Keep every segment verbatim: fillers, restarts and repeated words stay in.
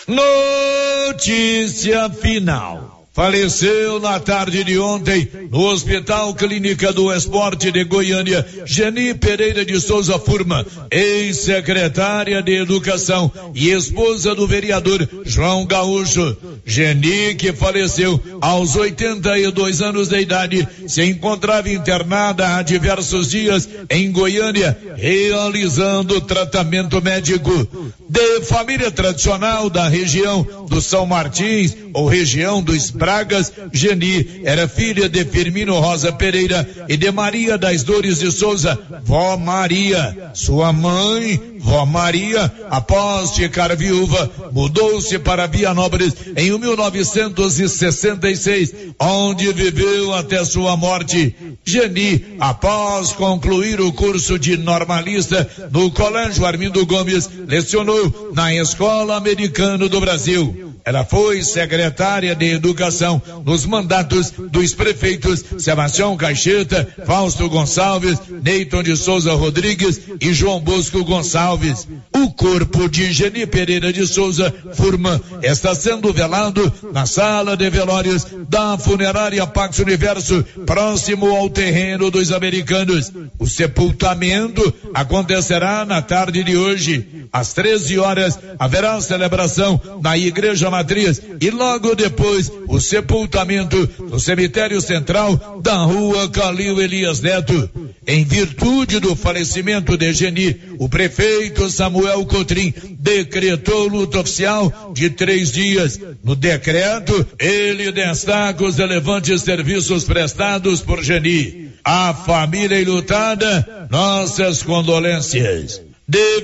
Notícia final. Faleceu na tarde de ontem, no Hospital Clínica do Esporte de Goiânia, Geni Pereira de Souza Furman, ex-secretária de Educação e esposa do vereador João Gaúcho. Geni, que faleceu aos oitenta e dois anos de idade, se encontrava internada há diversos dias em Goiânia, realizando tratamento médico. De família tradicional da região do São Martins, ou região dos Bragas, Geni era filha de Firmino Rosa Pereira e de Maria das Dores de Souza, vó Maria. Sua mãe, vó Maria, após ficar viúva, mudou-se para Vianópolis em mil novecentos e sessenta e seis, onde viveu até sua morte. Geni, após concluir o curso de normalista no Colégio Armindo Gomes, lecionou na Escola Americana do Brasil. Ela foi secretária de Educação nos mandatos dos prefeitos Sebastião Caixeta, Fausto Gonçalves, Neyton de Souza Rodrigues e João Bosco Gonçalves. O corpo de Geni Pereira de Souza Furman está sendo velado na sala de velórios da funerária Pax Universo, próximo ao terreno dos americanos. O sepultamento acontecerá na tarde de hoje. Às treze horas haverá celebração na Igreja Matriz e logo depois o sepultamento no cemitério central da rua Calil Elias Neto. Em virtude do falecimento de Geni, o prefeito Samuel Cotrim decretou luto oficial de três dias. No decreto, ele destaca os relevantes serviços prestados por Geni. À família enlutada, nossas condolências. De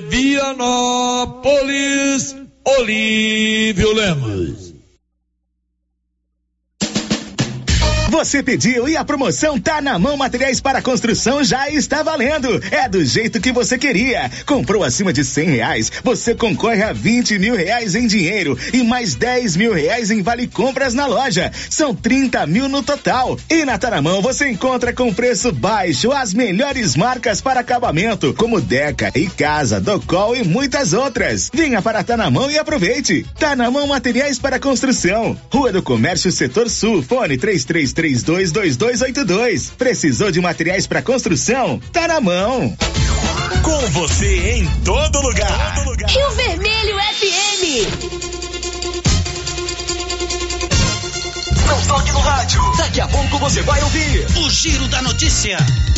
Vianópolis, Olívio Lemos. Você pediu e a promoção Tá na Mão Materiais para Construção já está valendo. É do jeito que você queria. Comprou acima de cem reais, você concorre a vinte mil reais em dinheiro e mais dez mil reais em vale compras na loja. São trinta mil no total. E na Tá na Mão você encontra com preço baixo as melhores marcas para acabamento, como Deca, Icasa, Docol e muitas outras. Venha para Tá na Mão e aproveite. Tá na Mão Materiais para Construção. Rua do Comércio, Setor Sul. Fone três três três dois dois dois oito dois. Precisou de materiais para construção? Tá na mão. Com você em todo lugar. Todo lugar. Rio Vermelho F M. Não toque no rádio. Daqui a pouco você vai ouvir o Giro da Notícia.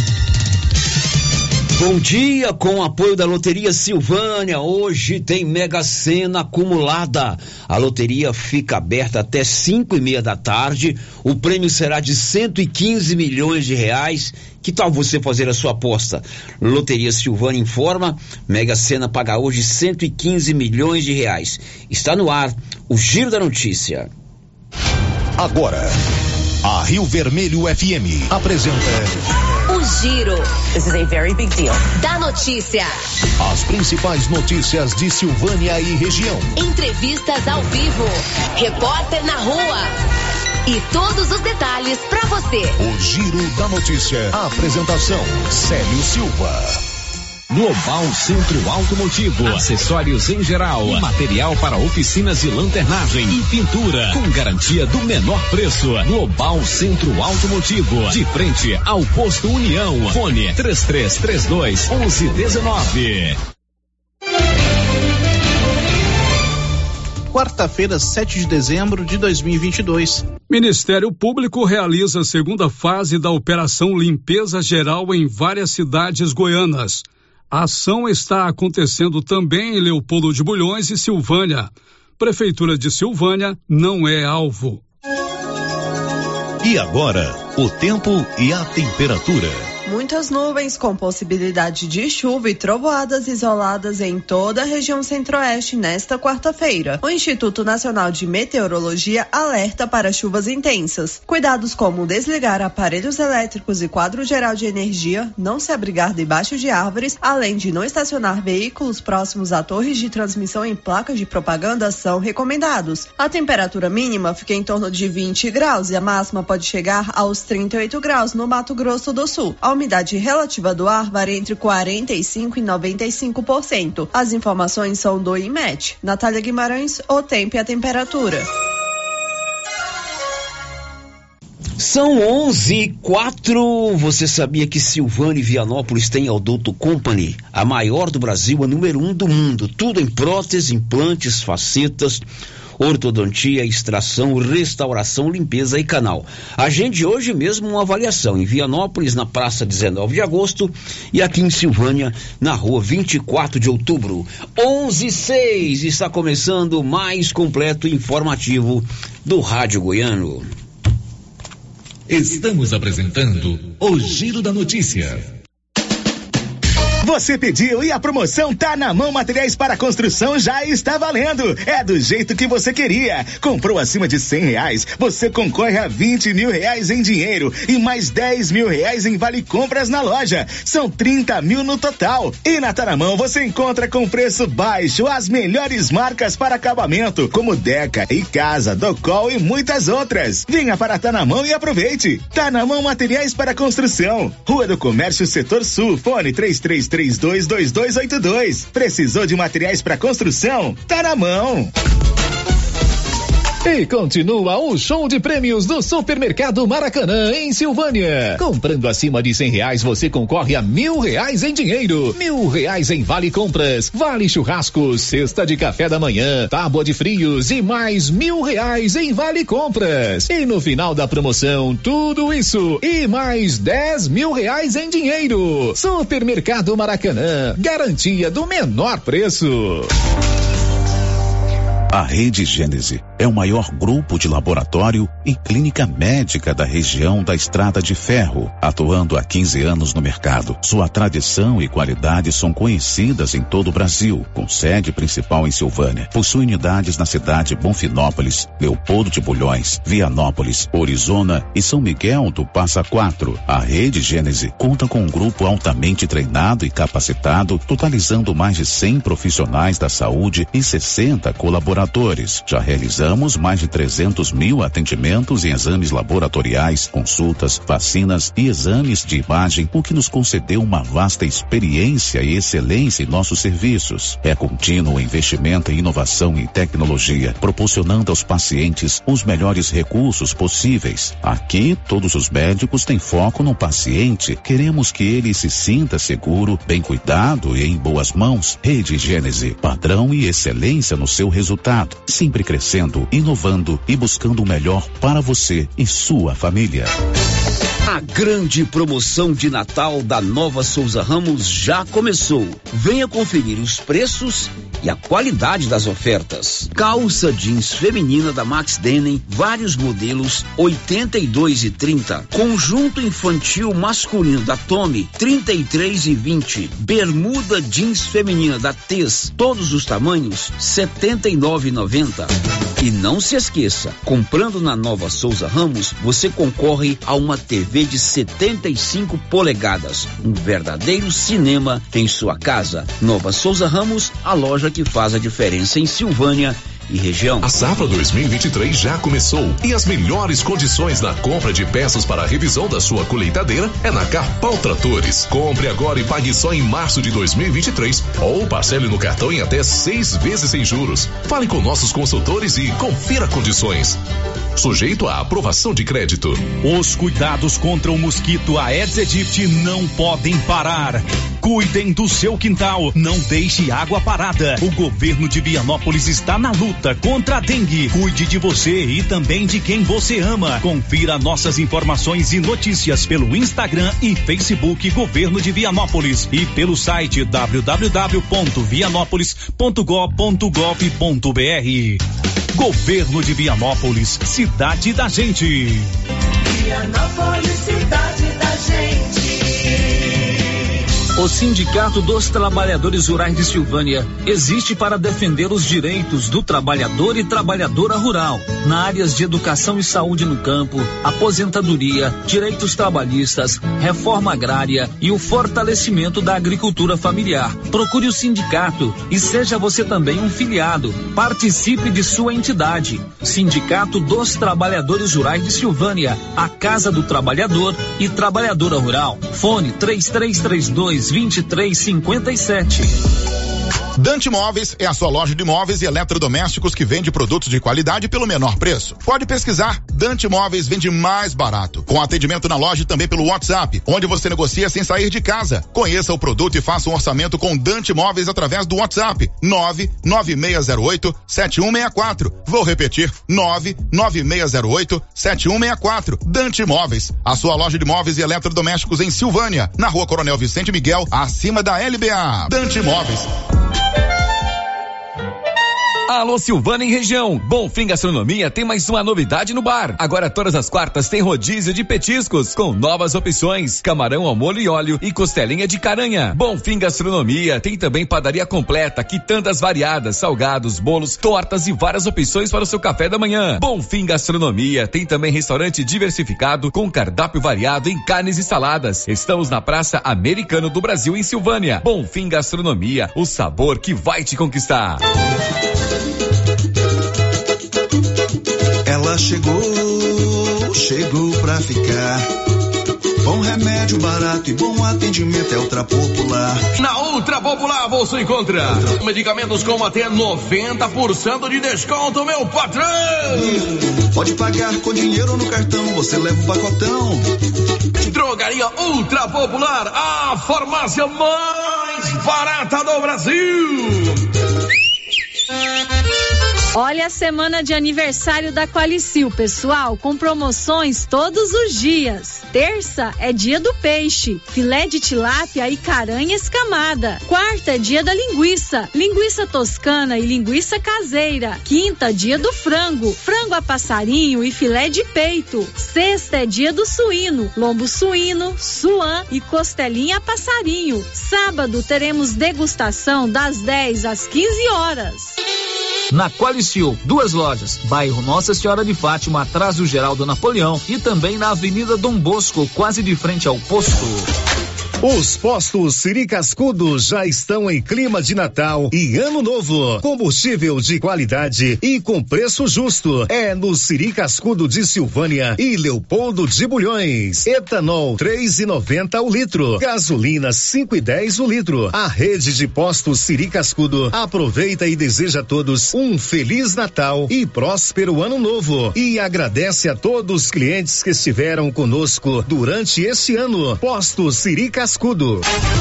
Bom dia, com o apoio da Loteria Silvânia, hoje tem Mega Sena acumulada. A loteria fica aberta até cinco e meia da tarde, o prêmio será de cento e quinze milhões de reais. Que tal você fazer a sua aposta? Loteria Silvânia informa, Mega Sena paga hoje cento e quinze milhões de reais. Está no ar, o Giro da Notícia. Agora, a Rio Vermelho F M apresenta... O Giro. This is a very big deal. Da notícia. As principais notícias de Silvânia e região. Entrevistas ao vivo. Repórter na rua. E todos os detalhes para você. O Giro da Notícia. A apresentação, Célio Silva. Global Centro Automotivo, acessórios em geral, material para oficinas de lanternagem e pintura, com garantia do menor preço. Global Centro Automotivo, de frente ao posto União. Fone três três três dois, um um um nove. Quarta-feira, sete de dezembro de dois mil e vinte e dois. Ministério Público realiza a segunda fase da Operação Limpeza Geral em várias cidades goianas. A ação está acontecendo também em Leopoldo de Bulhões e Silvânia. Prefeitura de Silvânia não é alvo. E agora, o tempo e a temperatura. Muitas nuvens com possibilidade de chuva e trovoadas isoladas em toda a região centro-oeste nesta quarta-feira. O Instituto Nacional de Meteorologia alerta para chuvas intensas. Cuidados como desligar aparelhos elétricos e quadro geral de energia, não se abrigar debaixo de árvores, além de não estacionar veículos próximos a torres de transmissão em placas de propaganda são recomendados. A temperatura mínima fica em torno de vinte graus e a máxima pode chegar aos trinta e oito graus no Mato Grosso do Sul. Ao umidade relativa do ar varia entre quarenta e cinco por cento e noventa e cinco por cento. As informações são do IMET. Natália Guimarães, o tempo e a temperatura. São onze e quatro. Você sabia que Silvânia e Vianópolis tem a Odonto Company, a maior do Brasil, a número um do mundo. Tudo em prótese, implantes, facetas, ortodontia, extração, restauração, limpeza e canal. Agende hoje mesmo uma avaliação em Vianópolis, na praça dezenove de agosto, e aqui em Silvânia, na rua vinte e quatro de outubro. onze e seis, está começando o mais completo e informativo do Rádio Goiano. Estamos apresentando o Giro da Notícia. Você pediu e a promoção Tá na Mão Materiais para Construção já está valendo. É do jeito que você queria. Comprou acima de cem reais, você concorre a vinte mil reais em dinheiro e mais dez mil reais em vale compras na loja. São trinta mil no total. E na Tá na Mão você encontra com preço baixo as melhores marcas para acabamento, como Deca, Icasa, Docol e muitas outras. Venha para Tá na Mão e aproveite. Tá na Mão Materiais para Construção. Rua do Comércio, Setor Sul. Fone três três três dois dois dois oito dois. Precisou de materiais para construção? Tá na mão. E continua o show de prêmios do Supermercado Maracanã, em Silvânia. Comprando acima de cem reais, você concorre a mil reais em dinheiro, mil reais em vale compras, vale churrascos, cesta de café da manhã, tábua de frios e mais mil reais em vale compras. E no final da promoção, tudo isso e mais dez mil reais em dinheiro. Supermercado Maracanã, garantia do menor preço. A Rede Gênese é o maior grupo de laboratório e clínica médica da região da Estrada de Ferro, atuando há quinze anos no mercado. Sua tradição e qualidade são conhecidas em todo o Brasil, com sede principal em Silvânia. Possui unidades na cidade Bonfinópolis, Leopoldo de Bulhões, Vianópolis, Orizona e São Miguel do Passa Quatro. A Rede Gênese conta com um grupo altamente treinado e capacitado, totalizando mais de cem profissionais da saúde e sessenta colaboradores. Já realizamos mais de trezentos mil atendimentos em exames laboratoriais, consultas, vacinas e exames de imagem, o que nos concedeu uma vasta experiência e excelência em nossos serviços. É contínuo investimento em inovação e tecnologia, proporcionando aos pacientes os melhores recursos possíveis. Aqui, todos os médicos têm foco no paciente. Queremos que ele se sinta seguro, bem cuidado e em boas mãos. Rede Gênese, padrão e excelência no seu resultado. Sempre crescendo, inovando e buscando o melhor para você e sua família. A grande promoção de Natal da Nova Souza Ramos já começou. Venha conferir os preços e a qualidade das ofertas. Calça jeans feminina da Max Denim, vários modelos, oitenta e dois e trinta. Conjunto infantil masculino da Tommy, trinta e três e vinte. Bermuda jeans feminina da Tez, todos os tamanhos, setenta e nove e noventa. E não se esqueça, comprando na Nova Souza Ramos, você concorre a uma T V de setenta e cinco polegadas, um verdadeiro cinema em sua casa. Nova Souza Ramos, a loja que faz a diferença em Silvânia e região. A safra dois mil e vinte e três já começou e as melhores condições na compra de peças para a revisão da sua colheitadeira é na Carpal Tratores. Compre agora e pague só em março de dois mil e vinte e três ou parcele no cartão em até seis vezes sem juros. Fale com nossos consultores e confira condições. Sujeito à aprovação de crédito. Os cuidados contra o mosquito Aedes aegypti não podem parar. Cuidem do seu quintal, não deixe água parada. O governo de Vianópolis está na luta contra a dengue. Cuide de você e também de quem você ama. Confira nossas informações e notícias pelo Instagram e Facebook Governo de Vianópolis e pelo site w w w ponto vianópolis ponto gov ponto br. Governo de Vianópolis, cidade da gente. Vianópolis, cidade da gente. O Sindicato dos Trabalhadores Rurais de Silvânia existe para defender os direitos do trabalhador e trabalhadora rural, na áreas de educação e saúde no campo, aposentadoria, direitos trabalhistas, reforma agrária e o fortalecimento da agricultura familiar. Procure o sindicato e seja você também um filiado. Participe de sua entidade. Sindicato dos Trabalhadores Rurais de Silvânia, a Casa do Trabalhador e Trabalhadora Rural. Fone três três três dois, dois três cinco sete. Dante Móveis é a sua loja de móveis e eletrodomésticos que vende produtos de qualidade pelo menor preço. Pode pesquisar, Dante Móveis vende mais barato. Com atendimento na loja e também pelo WhatsApp, onde você negocia sem sair de casa. Conheça o produto e faça um orçamento com Dante Móveis através do WhatsApp nove nove seis zero oito, sete um seis quatro. Vou repetir, nove nove seis zero oito, sete um seis quatro. Dante Móveis, a sua loja de móveis e eletrodomésticos em Silvânia, na Rua Coronel Vicente Miguel, acima da L B A. Dante Móveis. Alô Silvânia e região, Bonfim Gastronomia tem mais uma novidade no bar. Agora todas as quartas tem rodízio de petiscos com novas opções, camarão ao molho e óleo e costelinha de caranha. Bonfim Gastronomia tem também padaria completa, quitandas variadas, salgados, bolos, tortas e várias opções para o seu café da manhã. Bonfim Gastronomia tem também restaurante diversificado com cardápio variado em carnes e saladas. Estamos na Praça Americano do Brasil em Silvânia. Bonfim Gastronomia, o sabor que vai te conquistar. Ela chegou, chegou pra ficar. Bom remédio, barato e bom atendimento é Ultra Popular. Na Ultra Popular você encontra medicamentos com até noventa por cento de desconto, meu patrão. Pode pagar com dinheiro no cartão, você leva o pacotão. Drogaria Ultra Popular, a farmácia mais barata do Brasil. Olha a semana de aniversário da Qualicil, pessoal, com promoções todos os dias. Terça é dia do peixe, filé de tilápia e caranha escamada. Quarta é dia da linguiça, linguiça toscana e linguiça caseira. Quinta, dia do frango, frango a passarinho e filé de peito. Sexta é dia do suíno, lombo suíno, suã e costelinha a passarinho. Sábado teremos degustação das dez às quinze horas. Na Qualicil, duas lojas, bairro Nossa Senhora de Fátima, atrás do Geraldo Napoleão e também na Avenida Dom Bosco, quase de frente ao posto. Os postos Siri Cascudo já estão em clima de Natal e Ano Novo. Combustível de qualidade e com preço justo. É no Siri Cascudo de Silvânia e Leopoldo de Bulhões. Etanol três e noventa o litro. Gasolina cinco e dez o litro. A rede de postos Siri Cascudo aproveita e deseja a todos um Feliz Natal e próspero Ano Novo. E agradece a todos os clientes que estiveram conosco durante esse ano. Postos Siri Cascudo. Escudo.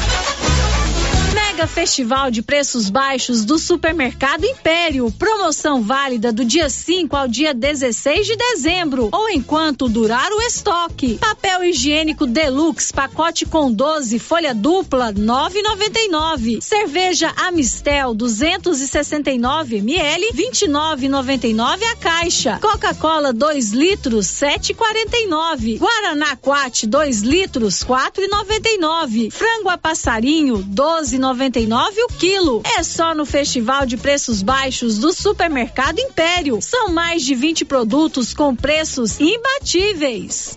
Mega Festival de Preços Baixos do Supermercado Império. Promoção válida do dia cinco ao dia dezesseis de dezembro ou enquanto durar o estoque. Papel higiênico Deluxe, pacote com doze, folha dupla, nove e noventa e nove. Cerveja Amistel duzentos e sessenta e nove mililitros, vinte e nove e noventa e nove a caixa. Coca-Cola dois litros, sete e quarenta e nove. Guaraná Quat dois litros, quatro e noventa e nove. Frango a passarinho doze e noventa e nove o quilo. É só no Festival de Preços Baixos do Supermercado Império. São mais de vinte produtos com preços imbatíveis.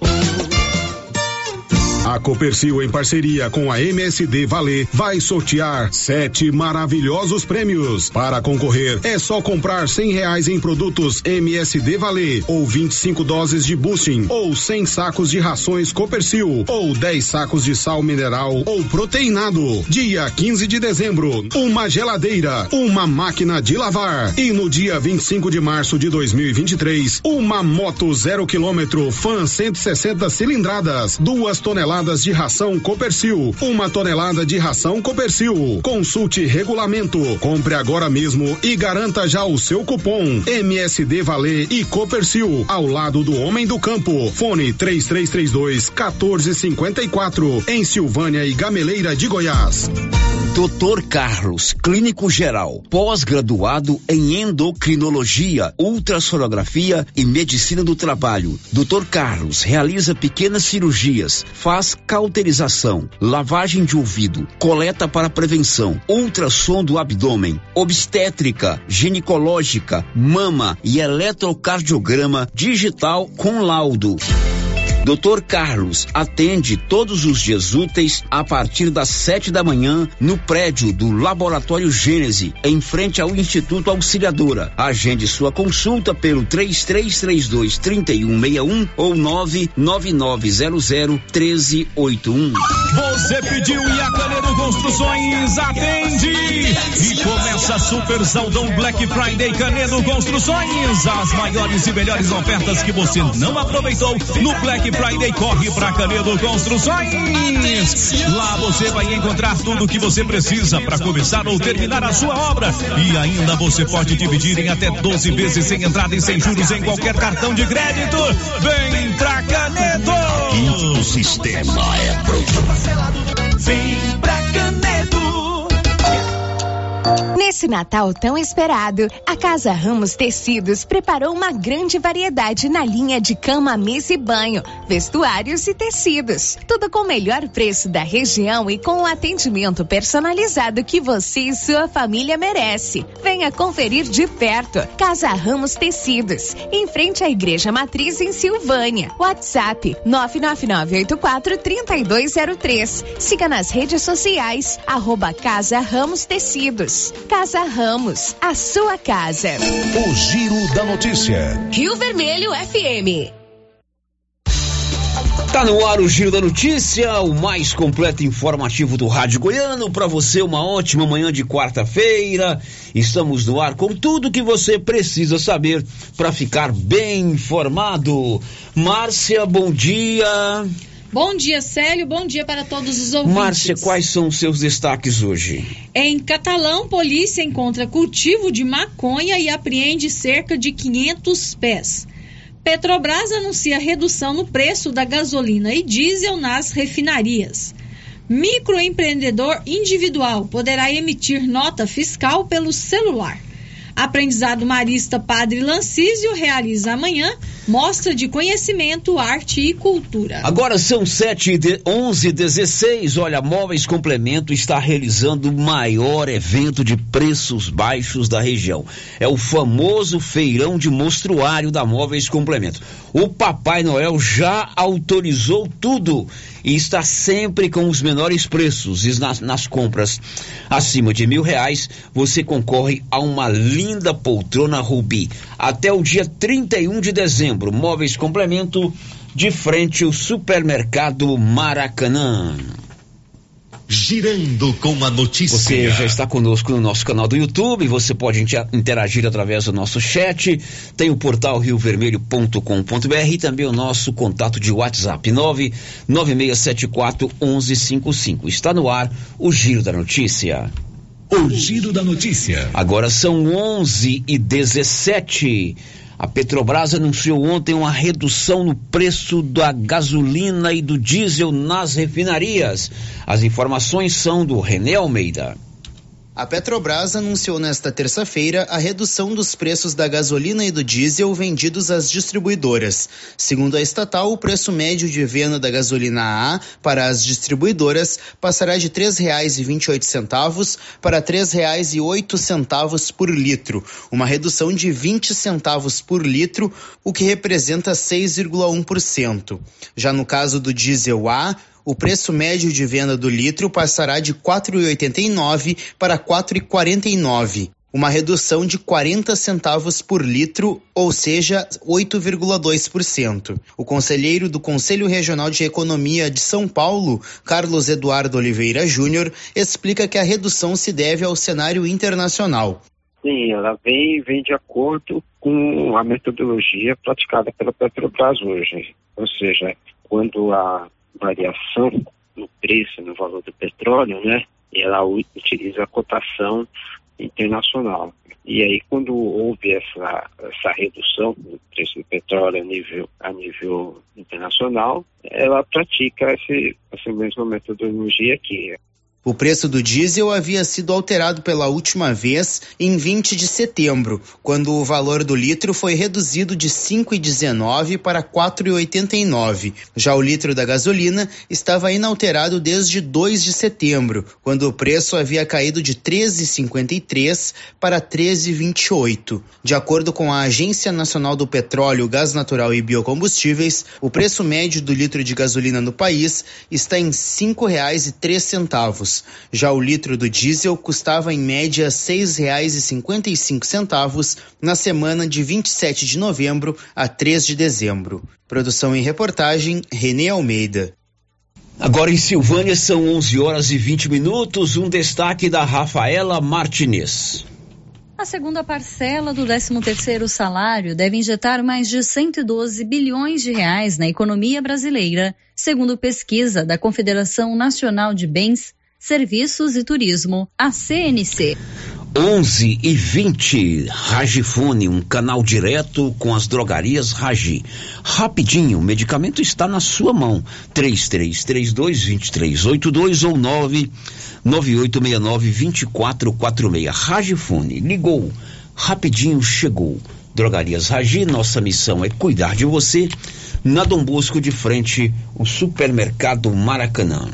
A Copercil, em parceria com a M S D Valer, vai sortear sete maravilhosos prêmios. Para concorrer, é só comprar cem reais em produtos M S D Valer, ou vinte e cinco doses de boosting, ou cem sacos de rações Copercil, ou dez sacos de sal mineral ou proteinado. Dia quinze de dezembro, uma geladeira, uma máquina de lavar. E no dia vinte e cinco de março de dois mil e vinte e três, uma moto zero quilômetro Fan cento e sessenta cilindradas, duas toneladas de ração Copercil, uma tonelada de ração Copercil. Consulte regulamento, compre agora mesmo e garanta já o seu cupom. M S D Valer e Copercil, ao lado do homem do campo. Fone três três três dois, um quatro cinco quatro, em Silvânia e Gameleira de Goiás. doutor Carlos, clínico geral, pós-graduado em endocrinologia, ultrassonografia e medicina do trabalho. doutor Carlos realiza pequenas cirurgias, faz cauterização, lavagem de ouvido, coleta para prevenção, ultrassom do abdômen, obstétrica, ginecológica, mama e eletrocardiograma digital com laudo. doutor Carlos atende todos os dias úteis a partir das sete da manhã no prédio do Laboratório Gênese, em frente ao Instituto Auxiliadora. Agende sua consulta pelo três três três dois, três um seis um ou nove nove nove zero zero, um três oito um. Você pediu e a Canedo Construções atende. E começa Super Saldão Black Friday Canedo Construções. As maiores e melhores ofertas que você não aproveitou no Black Friday, corre pra Canedo Construções. Lá você vai encontrar tudo o que você precisa para começar ou terminar a sua obra. E ainda você pode dividir em até doze vezes sem entrada e sem juros em qualquer cartão de crédito. Vem pra Canedo. O sistema é pronto. Vem pra Canedo. Nesse Natal tão esperado, a Casa Ramos Tecidos preparou uma grande variedade na linha de cama, mesa e banho, vestuários e tecidos. Tudo com o melhor preço da região e com o atendimento personalizado que você e sua família merece. Venha conferir de perto. Casa Ramos Tecidos, em frente à Igreja Matriz em Silvânia. WhatsApp nove nove nove oito quatro, três dois zero três. Siga nas redes sociais, arroba Casa Ramos Tecidos. Casa Ramos, a sua casa. O Giro da Notícia. Rio Vermelho F M. Tá no ar o Giro da Notícia, o mais completo informativo do Rádio Goiano. Para você, uma ótima manhã de quarta-feira. Estamos no ar com tudo que você precisa saber para ficar bem informado. Márcia, bom dia. Bom dia, Célio. Bom dia para todos os ouvintes. Márcia, quais são os seus destaques hoje? Em Catalão, polícia encontra cultivo de maconha e apreende cerca de quinhentos pés. Petrobras anuncia redução no preço da gasolina e diesel nas refinarias. Microempreendedor individual poderá emitir nota fiscal pelo celular. Aprendizado Marista Padre Lancísio realiza amanhã mostra de conhecimento, arte e cultura. Agora são sete e onze e dezesseis. Olha, Móveis Complemento está realizando o maior evento de preços baixos da região. É o famoso feirão de mostruário da Móveis Complemento. O Papai Noel já autorizou tudo e está sempre com os menores preços. E nas, nas compras acima de mil reais, você concorre a uma linda poltrona Rubi. Até o dia trinta e um de dezembro, Móveis Complemento, de frente ao Supermercado Maracanã. Girando com a notícia. Você já está conosco no nosso canal do YouTube, você pode interagir através do nosso chat, tem o portal rio vermelho ponto com ponto br e também o nosso contato de WhatsApp nove nove seis sete quatro um um cinco cinco. Está no ar o Giro da Notícia. O Giro da Notícia. Agora são onze e dezessete. A Petrobras anunciou ontem uma redução no preço da gasolina e do diesel nas refinarias. As informações são do René Almeida. A Petrobras anunciou nesta terça-feira a redução dos preços da gasolina e do diesel vendidos às distribuidoras. Segundo a estatal, o preço médio de venda da gasolina A para as distribuidoras passará de três reais e vinte e oito centavos para três reais e oito centavos por litro, uma redução de vinte centavos por litro, o que representa seis vírgula um por cento. Já no caso do diesel A, o preço médio de venda do litro passará de quatro reais e oitenta e nove centavos para quatro reais e quarenta e nove centavos, uma redução de quarenta centavos por litro, ou seja, oito vírgula dois por cento. O conselheiro do Conselho Regional de Economia de São Paulo, Carlos Eduardo Oliveira Júnior, explica que a redução se deve ao cenário internacional. Sim, ela vem, vem de acordo com a metodologia praticada pela Petrobras hoje, ou seja, quando a variação no preço, no valor do petróleo, né? Ela utiliza a cotação internacional. E aí, quando houve essa, essa redução no preço do petróleo a nível, a nível internacional, ela pratica esse, essa mesma metodologia aqui. O preço do diesel havia sido alterado pela última vez em vinte de setembro, quando o valor do litro foi reduzido de cinco reais e dezenove centavos para quatro reais e oitenta e nove centavos. Já o litro da gasolina estava inalterado desde dois de setembro, quando o preço havia caído de treze reais e cinquenta e três centavos para treze reais e vinte e oito centavos. De acordo com a Agência Nacional do Petróleo, Gás Natural e Biocombustíveis, o preço médio do litro de gasolina no país está em cinco reais e três centavos. Já o litro do diesel custava em média seis reais e cinquenta e cinco centavos na semana de vinte e sete de novembro a três de dezembro. Produção e reportagem, Renê Almeida. Agora em Silvânia são onze horas e vinte minutos, um destaque da Rafaela Martinez. A segunda parcela do décimo terceiro salário deve injetar mais de cento e doze bilhões de reais na economia brasileira, segundo pesquisa da Confederação Nacional de Bens, Serviços e Turismo, a C N C. onze e vinte, Ragifone, um canal direto com as drogarias Ragi. Rapidinho, o medicamento está na sua mão. três três três dois, dois três oito dois ou nove nove oito seis nove, dois quatro quatro seis. Ragifone, ligou, rapidinho chegou. Drogarias Ragi, nossa missão é cuidar de você. Na Dom Bosco, de frente, o supermercado Maracanã.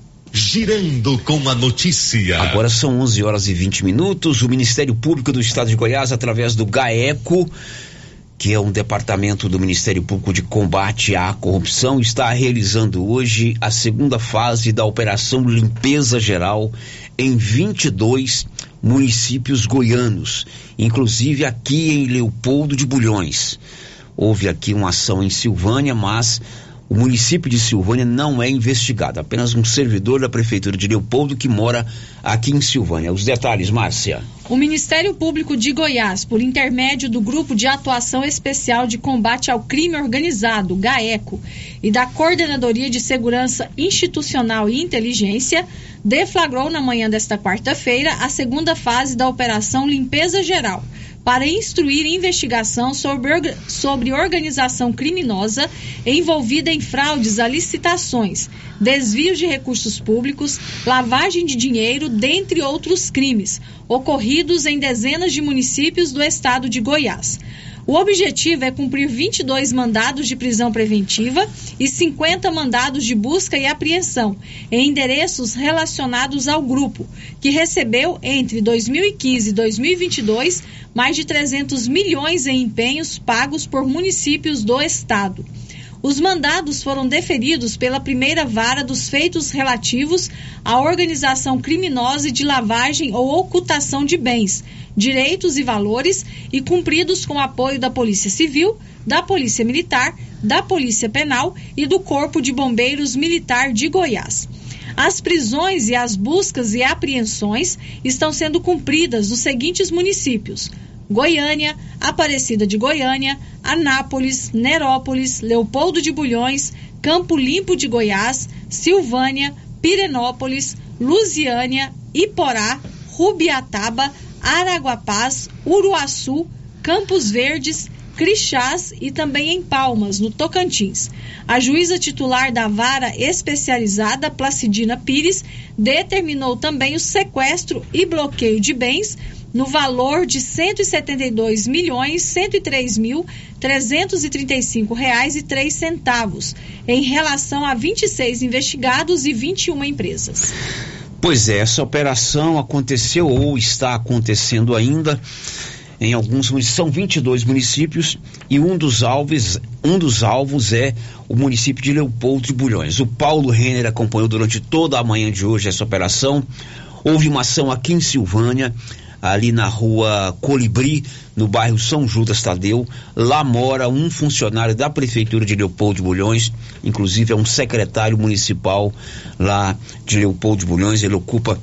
Girando com a notícia. Agora são onze horas e vinte minutos. O Ministério Público do Estado de Goiás, através do GAECO, que é um departamento do Ministério Público de Combate à Corrupção, está realizando hoje a segunda fase da Operação Limpeza Geral em vinte e dois municípios goianos, inclusive aqui em Leopoldo de Bulhões. Houve aqui uma ação em Silvânia, mas o município de Silvânia não é investigado, apenas um servidor da Prefeitura de Leopoldo que mora aqui em Silvânia. Os detalhes, Márcia. O Ministério Público de Goiás, por intermédio do Grupo de Atuação Especial de Combate ao Crime Organizado, GAECO, e da Coordenadoria de Segurança Institucional e Inteligência, deflagrou na manhã desta quarta-feira a segunda fase da Operação Limpeza Geral, para instruir investigação sobre, sobre organização criminosa envolvida em fraudes a licitações, desvios de recursos públicos, lavagem de dinheiro, dentre outros crimes, ocorridos em dezenas de municípios do estado de Goiás. O objetivo é cumprir vinte e dois mandados de prisão preventiva e cinquenta mandados de busca e apreensão em endereços relacionados ao grupo, que recebeu entre dois mil e quinze e dois mil e vinte e dois mais de trezentos milhões em empenhos pagos por municípios do estado. Os mandados foram deferidos pela primeira vara dos feitos relativos à organização criminosa de lavagem ou ocultação de bens, direitos e valores e cumpridos com apoio da Polícia Civil, da Polícia Militar, da Polícia Penal e do Corpo de Bombeiros Militar de Goiás. As prisões e as buscas e apreensões estão sendo cumpridas nos seguintes municípios: Goiânia, Aparecida de Goiânia, Anápolis, Nerópolis, Leopoldo de Bulhões, Campo Limpo de Goiás, Silvânia, Pirenópolis, Lusiânia, Iporá, Rubiataba, Araguapaz, Uruaçu, Campos Verdes, Crixás e também em Palmas, no Tocantins. A juíza titular da vara especializada, Placidina Pires, determinou também o sequestro e bloqueio de bens no valor de cento e setenta e dois milhões, cento e três mil, trezentos e trinta e cinco reais e três centavos, em relação a vinte e seis investigados e vinte e uma empresas. Pois é, essa operação aconteceu ou está acontecendo ainda em alguns municípios. São vinte e dois municípios e um dos alvos, um dos alvos é o município de Leopoldo de Bulhões. O Paulo Renner acompanhou durante toda a manhã de hoje essa operação. Houve uma ação aqui em Silvânia, ali na rua Colibri, no bairro São Judas Tadeu. Lá mora um funcionário da Prefeitura de Leopoldo de Bulhões, inclusive é um secretário municipal lá de Leopoldo de Bulhões. Ele ocupa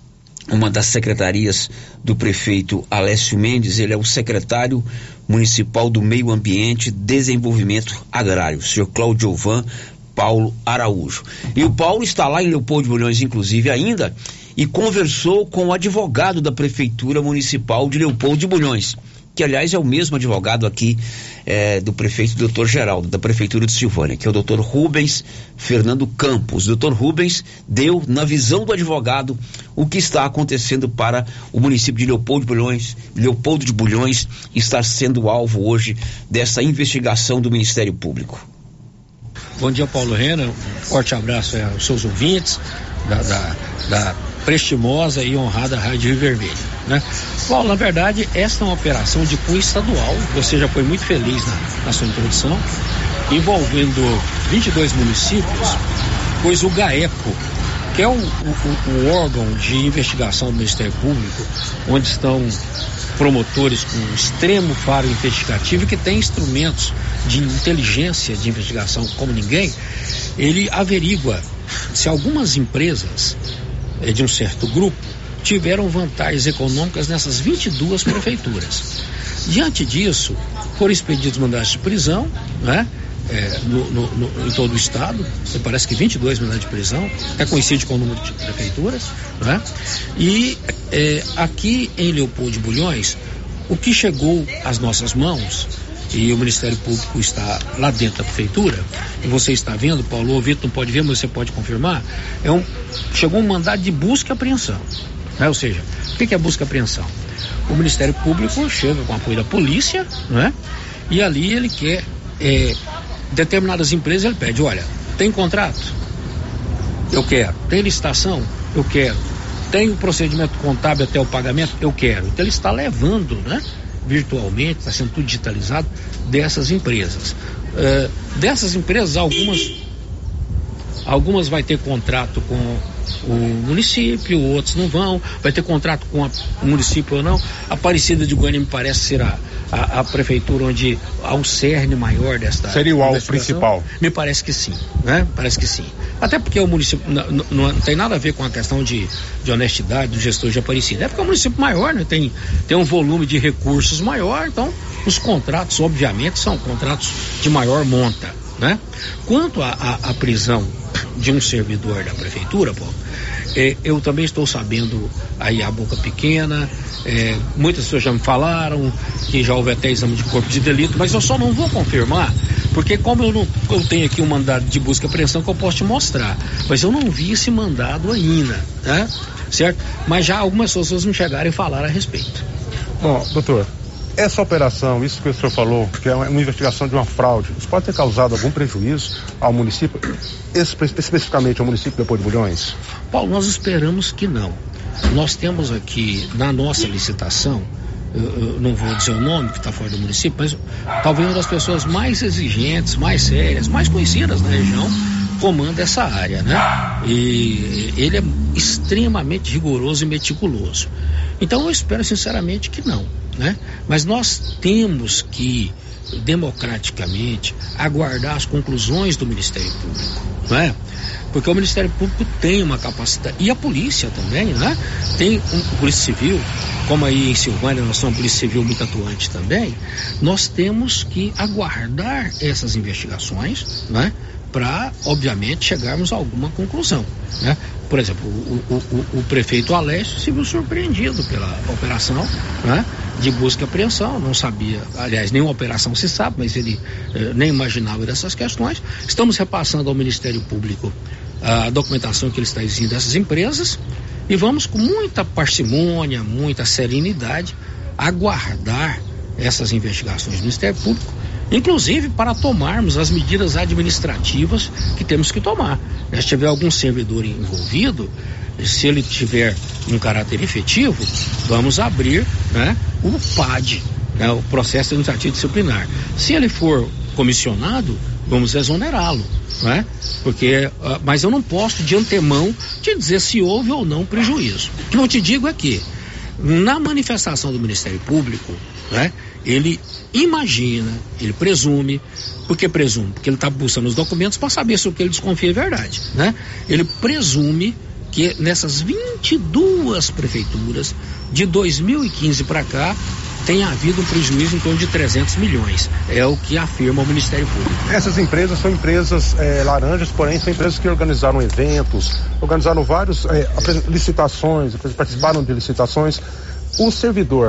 uma das secretarias do prefeito Alessio Mendes. Ele é o secretário municipal do Meio Ambiente e Desenvolvimento Agrário, o senhor Claudiovan Paulo Araújo. E o Paulo está lá em Leopoldo de Bulhões, inclusive, ainda, e conversou com o advogado da Prefeitura Municipal de Leopoldo de Bulhões, que aliás é o mesmo advogado aqui é, do prefeito doutor Geraldo, da Prefeitura de Silvânia, que é o doutor Rubens Fernando Campos. doutor Rubens deu, na visão do advogado, o que está acontecendo para o município de Leopoldo de Bulhões. Leopoldo de Bulhões está sendo alvo hoje dessa investigação do Ministério Público. Bom dia, Paulo Rena, um forte abraço aos seus ouvintes da, da, da prestimosa e honrada Rádio Rio Vermelho, né? Paulo, na verdade, esta é uma operação de cunho estadual, você já foi muito feliz na, na sua introdução, envolvendo vinte e dois municípios, pois o GAECO, que é o, o, o órgão de investigação do Ministério Público, onde estão promotores com extremo faro investigativo e que tem instrumentos de inteligência de investigação como ninguém, ele averigua se algumas empresas é, de um certo grupo tiveram vantagens econômicas nessas vinte e duas prefeituras. Diante disso, foram expedidos mandados de prisão, né? É, no, no, no, em todo o estado, me parece que vinte e dois mandados de prisão, é coincide com o número de prefeituras, né? E é, aqui em Leopoldo de Bulhões, o que chegou às nossas mãos, e o Ministério Público está lá dentro da prefeitura, e você está vendo, Paulo, o Vitor não pode ver, mas você pode confirmar, é um, chegou um mandado de busca e apreensão, né? Ou seja, o que é busca e apreensão? O Ministério Público chega com apoio da polícia, né? E ali ele quer é, determinadas empresas, ele pede, olha, tem contrato? Eu quero. Tem licitação? Eu quero. Tem o procedimento contábil até o pagamento? Eu quero. Então ele está levando, né, virtualmente, está sendo tudo digitalizado, dessas empresas. Uh, dessas empresas, algumas algumas vai ter contrato com o município, outros não vão, vai ter contrato com a, o município ou não. A Aparecida de Goiânia me parece ser a, a, a prefeitura onde há um cerne maior desta. Seria o alvo principal? Me parece que sim, né? Parece que sim. Até porque o município não, não, não tem nada a ver com a questão de, de honestidade do gestor de Aparecida. É porque é um município maior, né? Tem, tem um volume de recursos maior, então os contratos, obviamente, são contratos de maior monta, né? Quanto à prisão de um servidor da prefeitura, pô, é, eu também estou sabendo aí a boca pequena, é, muitas pessoas já me falaram que já houve até exame de corpo de delito, mas eu só não vou confirmar, porque como eu, não, eu tenho aqui um mandado de busca e apreensão que eu posso te mostrar, mas eu não vi esse mandado ainda, né? Certo? Mas já algumas pessoas me chegaram e falaram a respeito. Bom, doutor, essa operação, isso que o senhor falou, que é uma, uma investigação de uma fraude, isso pode ter causado algum prejuízo ao município, espe- especificamente ao município de Leopoldo de Bulhões? Paulo, nós esperamos que não. Nós temos aqui, na nossa licitação, eu, eu não vou dizer o nome que está fora do município, mas talvez uma das pessoas mais exigentes, mais sérias, mais conhecidas na região, comanda essa área, né? E ele é extremamente rigoroso e meticuloso. Então eu espero sinceramente que não, né? Mas nós temos que democraticamente aguardar as conclusões do Ministério Público, não é? Porque o Ministério Público tem uma capacidade, e a polícia também, né? Tem um, a Polícia Civil, como aí em Silvânia nós somos uma Polícia Civil muito atuante também, nós temos que aguardar essas investigações, né? Para, obviamente, chegarmos a alguma conclusão, né? Por exemplo, o, o, o, o prefeito Alessio se viu surpreendido pela operação, né, de busca e apreensão, não sabia, aliás, nenhuma operação se sabe, mas ele eh, nem imaginava dessas questões. Estamos repassando ao Ministério Público a documentação que ele está exigindo dessas empresas e vamos com muita parcimônia, muita serenidade aguardar essas investigações do Ministério Público, inclusive para tomarmos as medidas administrativas que temos que tomar. Se tiver algum servidor envolvido, se ele tiver um caráter efetivo, vamos abrir, né, o P A D, né, o processo administrativo disciplinar. Se ele for comissionado, vamos exonerá-lo, né? Porque, uh, mas eu não posso de antemão te dizer se houve ou não prejuízo. O que eu te digo é que na manifestação do Ministério Público, né, ele imagina, ele presume. Por que presume? Porque ele está buscando os documentos para saber se o que ele desconfia é verdade, né? Ele presume que nessas vinte e duas prefeituras de dois mil e quinze para cá tem havido um prejuízo em torno de trezentos milhões, é o que afirma o Ministério Público. Essas empresas são empresas é, laranjas, porém são empresas que organizaram eventos, organizaram várias é, licitações, participaram de licitações. O servidor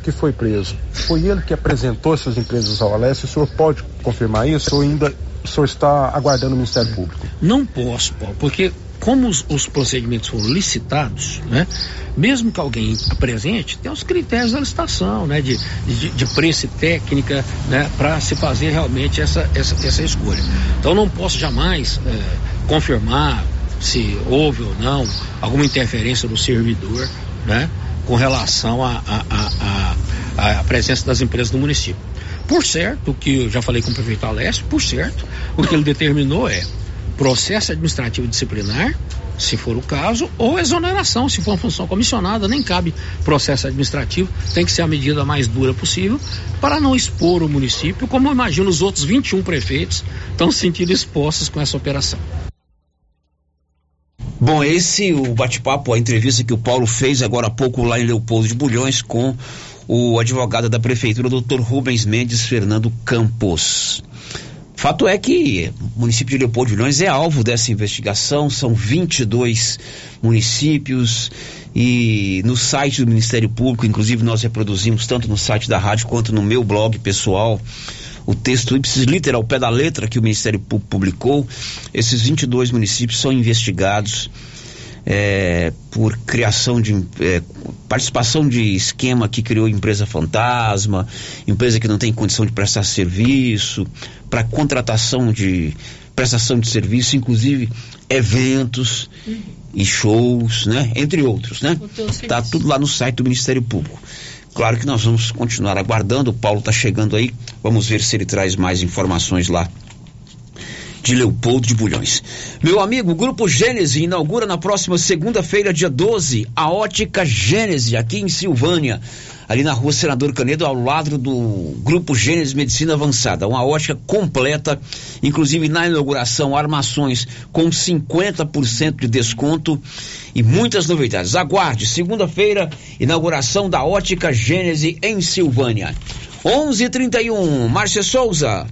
que foi preso, foi ele que apresentou essas empresas ao Alessio? O senhor pode confirmar isso ou ainda o senhor está aguardando o Ministério Público? Não posso, Paulo, porque como os, os procedimentos foram licitados, né? Mesmo que alguém apresente, tem os critérios da licitação, né? De, de, de preço e técnica, né? Para se fazer realmente essa, essa, essa escolha. Então não posso jamais é, confirmar se houve ou não alguma interferência do servidor, né? Com relação à a, a, a, a presença das empresas do município. Por certo, o que eu já falei com o prefeito Alessio, por certo, o que ele determinou é processo administrativo disciplinar, se for o caso, ou exoneração, se for uma função comissionada, nem cabe processo administrativo, tem que ser a medida mais dura possível para não expor o município, como eu imagino os outros vinte e um prefeitos estão se sentindo expostos com essa operação. Bom, esse o bate-papo, a entrevista que o Paulo fez agora há pouco lá em Leopoldo de Bulhões com o advogado da prefeitura, doutor Rubens Mendes Fernando Campos. Fato é que o município de Leopoldo de Bulhões é alvo dessa investigação, são vinte e dois municípios e no site do Ministério Público, inclusive nós reproduzimos tanto no site da rádio quanto no meu blog pessoal, o texto ipsis litera, ao pé da letra que o Ministério Público publicou. Esses vinte e dois municípios são investigados é, por criação de é, participação de esquema que criou empresa fantasma, empresa que não tem condição de prestar serviço, para contratação de prestação de serviço, inclusive eventos uhum. e shows, né? Entre outros, né? Tá tudo lá no site do Ministério Público. Claro que nós vamos continuar aguardando, o Paulo está chegando aí, vamos ver se ele traz mais informações lá de Leopoldo de Bulhões. Meu amigo, o Grupo Gênese inaugura na próxima segunda-feira, dia doze, a Ótica Gênese, aqui em Silvânia, ali na rua Senador Canedo, ao lado do Grupo Gênese Medicina Avançada, uma ótica completa, inclusive na inauguração, armações com cinquenta por cento de desconto e muitas novidades. Aguarde, segunda-feira, inauguração da Ótica Gênese em Silvânia. onze e trinta e um, Márcia Souza,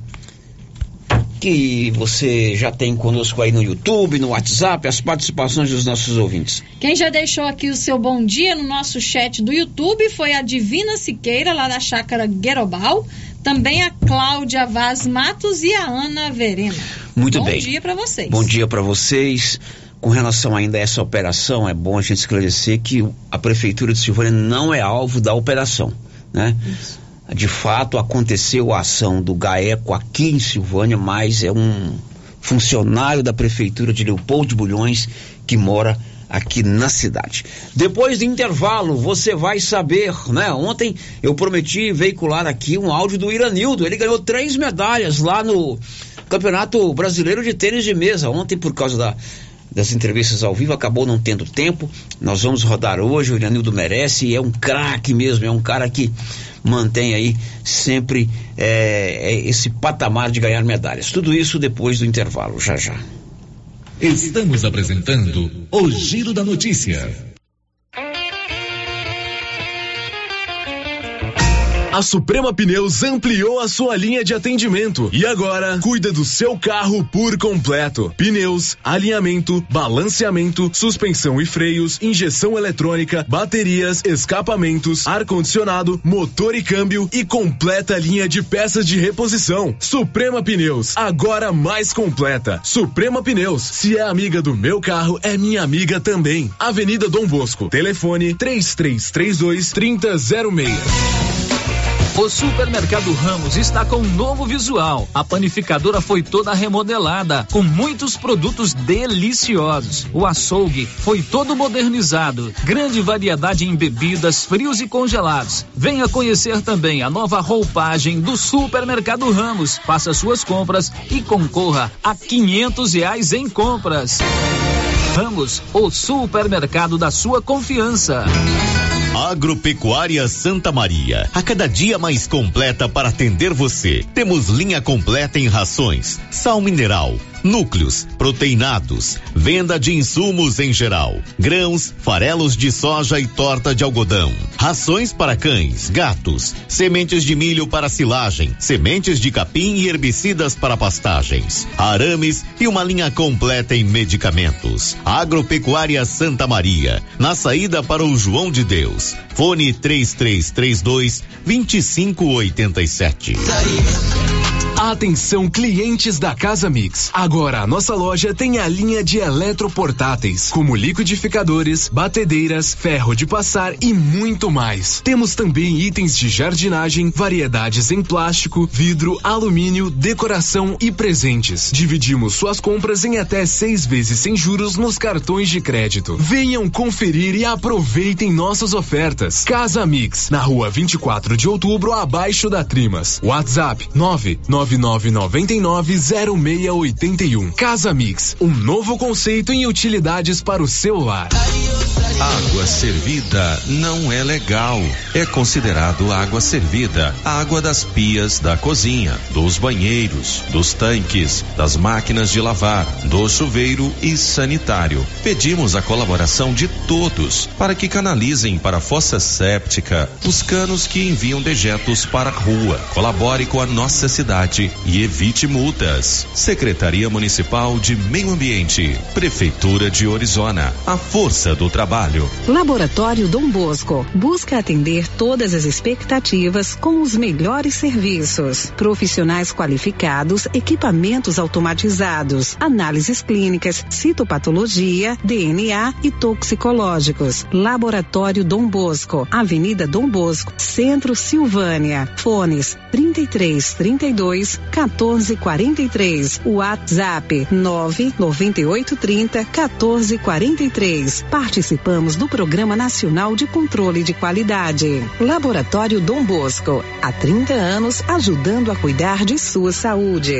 que você já tem conosco aí no YouTube, no WhatsApp, as participações dos nossos ouvintes. Quem já deixou aqui o seu bom dia no nosso chat do YouTube foi a Divina Siqueira, lá da Chácara Guerobal, também a Cláudia Vaz Matos e a Ana Verena. Muito bom bem. Bom dia para vocês. Bom dia para vocês. Com relação ainda a essa operação, é bom a gente esclarecer que a Prefeitura de Silvânia não é alvo da operação, né? Isso. De fato, aconteceu a ação do GAECO aqui em Silvânia, mas é um funcionário da Prefeitura de Leopoldo de Bulhões que mora aqui na cidade. Depois do intervalo, você vai saber, né? Ontem eu prometi veicular aqui um áudio do Iranildo. Ele ganhou três medalhas lá no Campeonato Brasileiro de Tênis de Mesa. Ontem, por causa da das entrevistas ao vivo, acabou não tendo tempo. Nós vamos rodar hoje, o Iranildo merece, e é um craque mesmo, é um cara que mantém aí sempre é, esse patamar de ganhar medalhas. Tudo isso depois do intervalo, já já. Estamos apresentando o Giro da Notícia. A Suprema Pneus ampliou a sua linha de atendimento e agora cuida do seu carro por completo. Pneus, alinhamento, balanceamento, suspensão e freios, injeção eletrônica, baterias, escapamentos, ar-condicionado, motor e câmbio e completa linha de peças de reposição. Suprema Pneus, agora mais completa. Suprema Pneus, se é amiga do meu carro, é minha amiga também. Avenida Dom Bosco, telefone três três três dois, três zero zero seis. O Supermercado Ramos está com um novo visual. A panificadora foi toda remodelada, com muitos produtos deliciosos. O açougue foi todo modernizado. Grande variedade em bebidas, frios e congelados. Venha conhecer também a nova roupagem do Supermercado Ramos. Faça suas compras e concorra a quinhentos reais em compras. Ramos, o supermercado da sua confiança. Agropecuária Santa Maria, a cada dia mais completa para atender você. Temos linha completa em rações, sal mineral, núcleos, proteinados, venda de insumos em geral, grãos, farelos de soja e torta de algodão, rações para cães, gatos, sementes de milho para silagem, sementes de capim e herbicidas para pastagens, arames e uma linha completa em medicamentos. Agropecuária Santa Maria, na saída para o João de Deus. Fone três três três dois, dois cinco oito sete. Atenção, clientes da Casa Mix. Agora a nossa loja tem a linha de eletroportáteis, como liquidificadores, batedeiras, ferro de passar e muito mais. Temos também itens de jardinagem, variedades em plástico, vidro, alumínio, decoração e presentes. Dividimos suas compras em até seis vezes sem juros nos cartões de crédito. Venham conferir e aproveitem nossas ofertas. Casa Mix, na rua vinte e quatro de outubro, abaixo da Trimas. WhatsApp nove nove nove nove nove zero seis oito um. Casa Mix, um novo conceito em utilidades para o celular. Água servida não é legal. É considerado água servida a água das pias da cozinha, dos banheiros, dos tanques, das máquinas de lavar, do chuveiro e sanitário. Pedimos a colaboração de todos para que canalizem para a fossa séptica os canos que enviam dejetos para a rua. Colabore com a nossa cidade e evite multas. Secretaria Municipal de Meio Ambiente, Prefeitura de Orizona, a força do trabalho. Laboratório Dom Bosco busca atender todas as expectativas com os melhores serviços. Profissionais qualificados, equipamentos automatizados, análises clínicas, citopatologia, D N A e toxicológicos. Laboratório Dom Bosco, Avenida Dom Bosco, Centro Silvânia. Fones trinta e três, trinta e dois, quatorze, quarenta e três. WhatsApp nove nove oito, trinta, quatorze, quarenta e três. Participando do Programa Nacional de Controle de Qualidade. Laboratório Dom Bosco, há trinta anos ajudando a cuidar de sua saúde.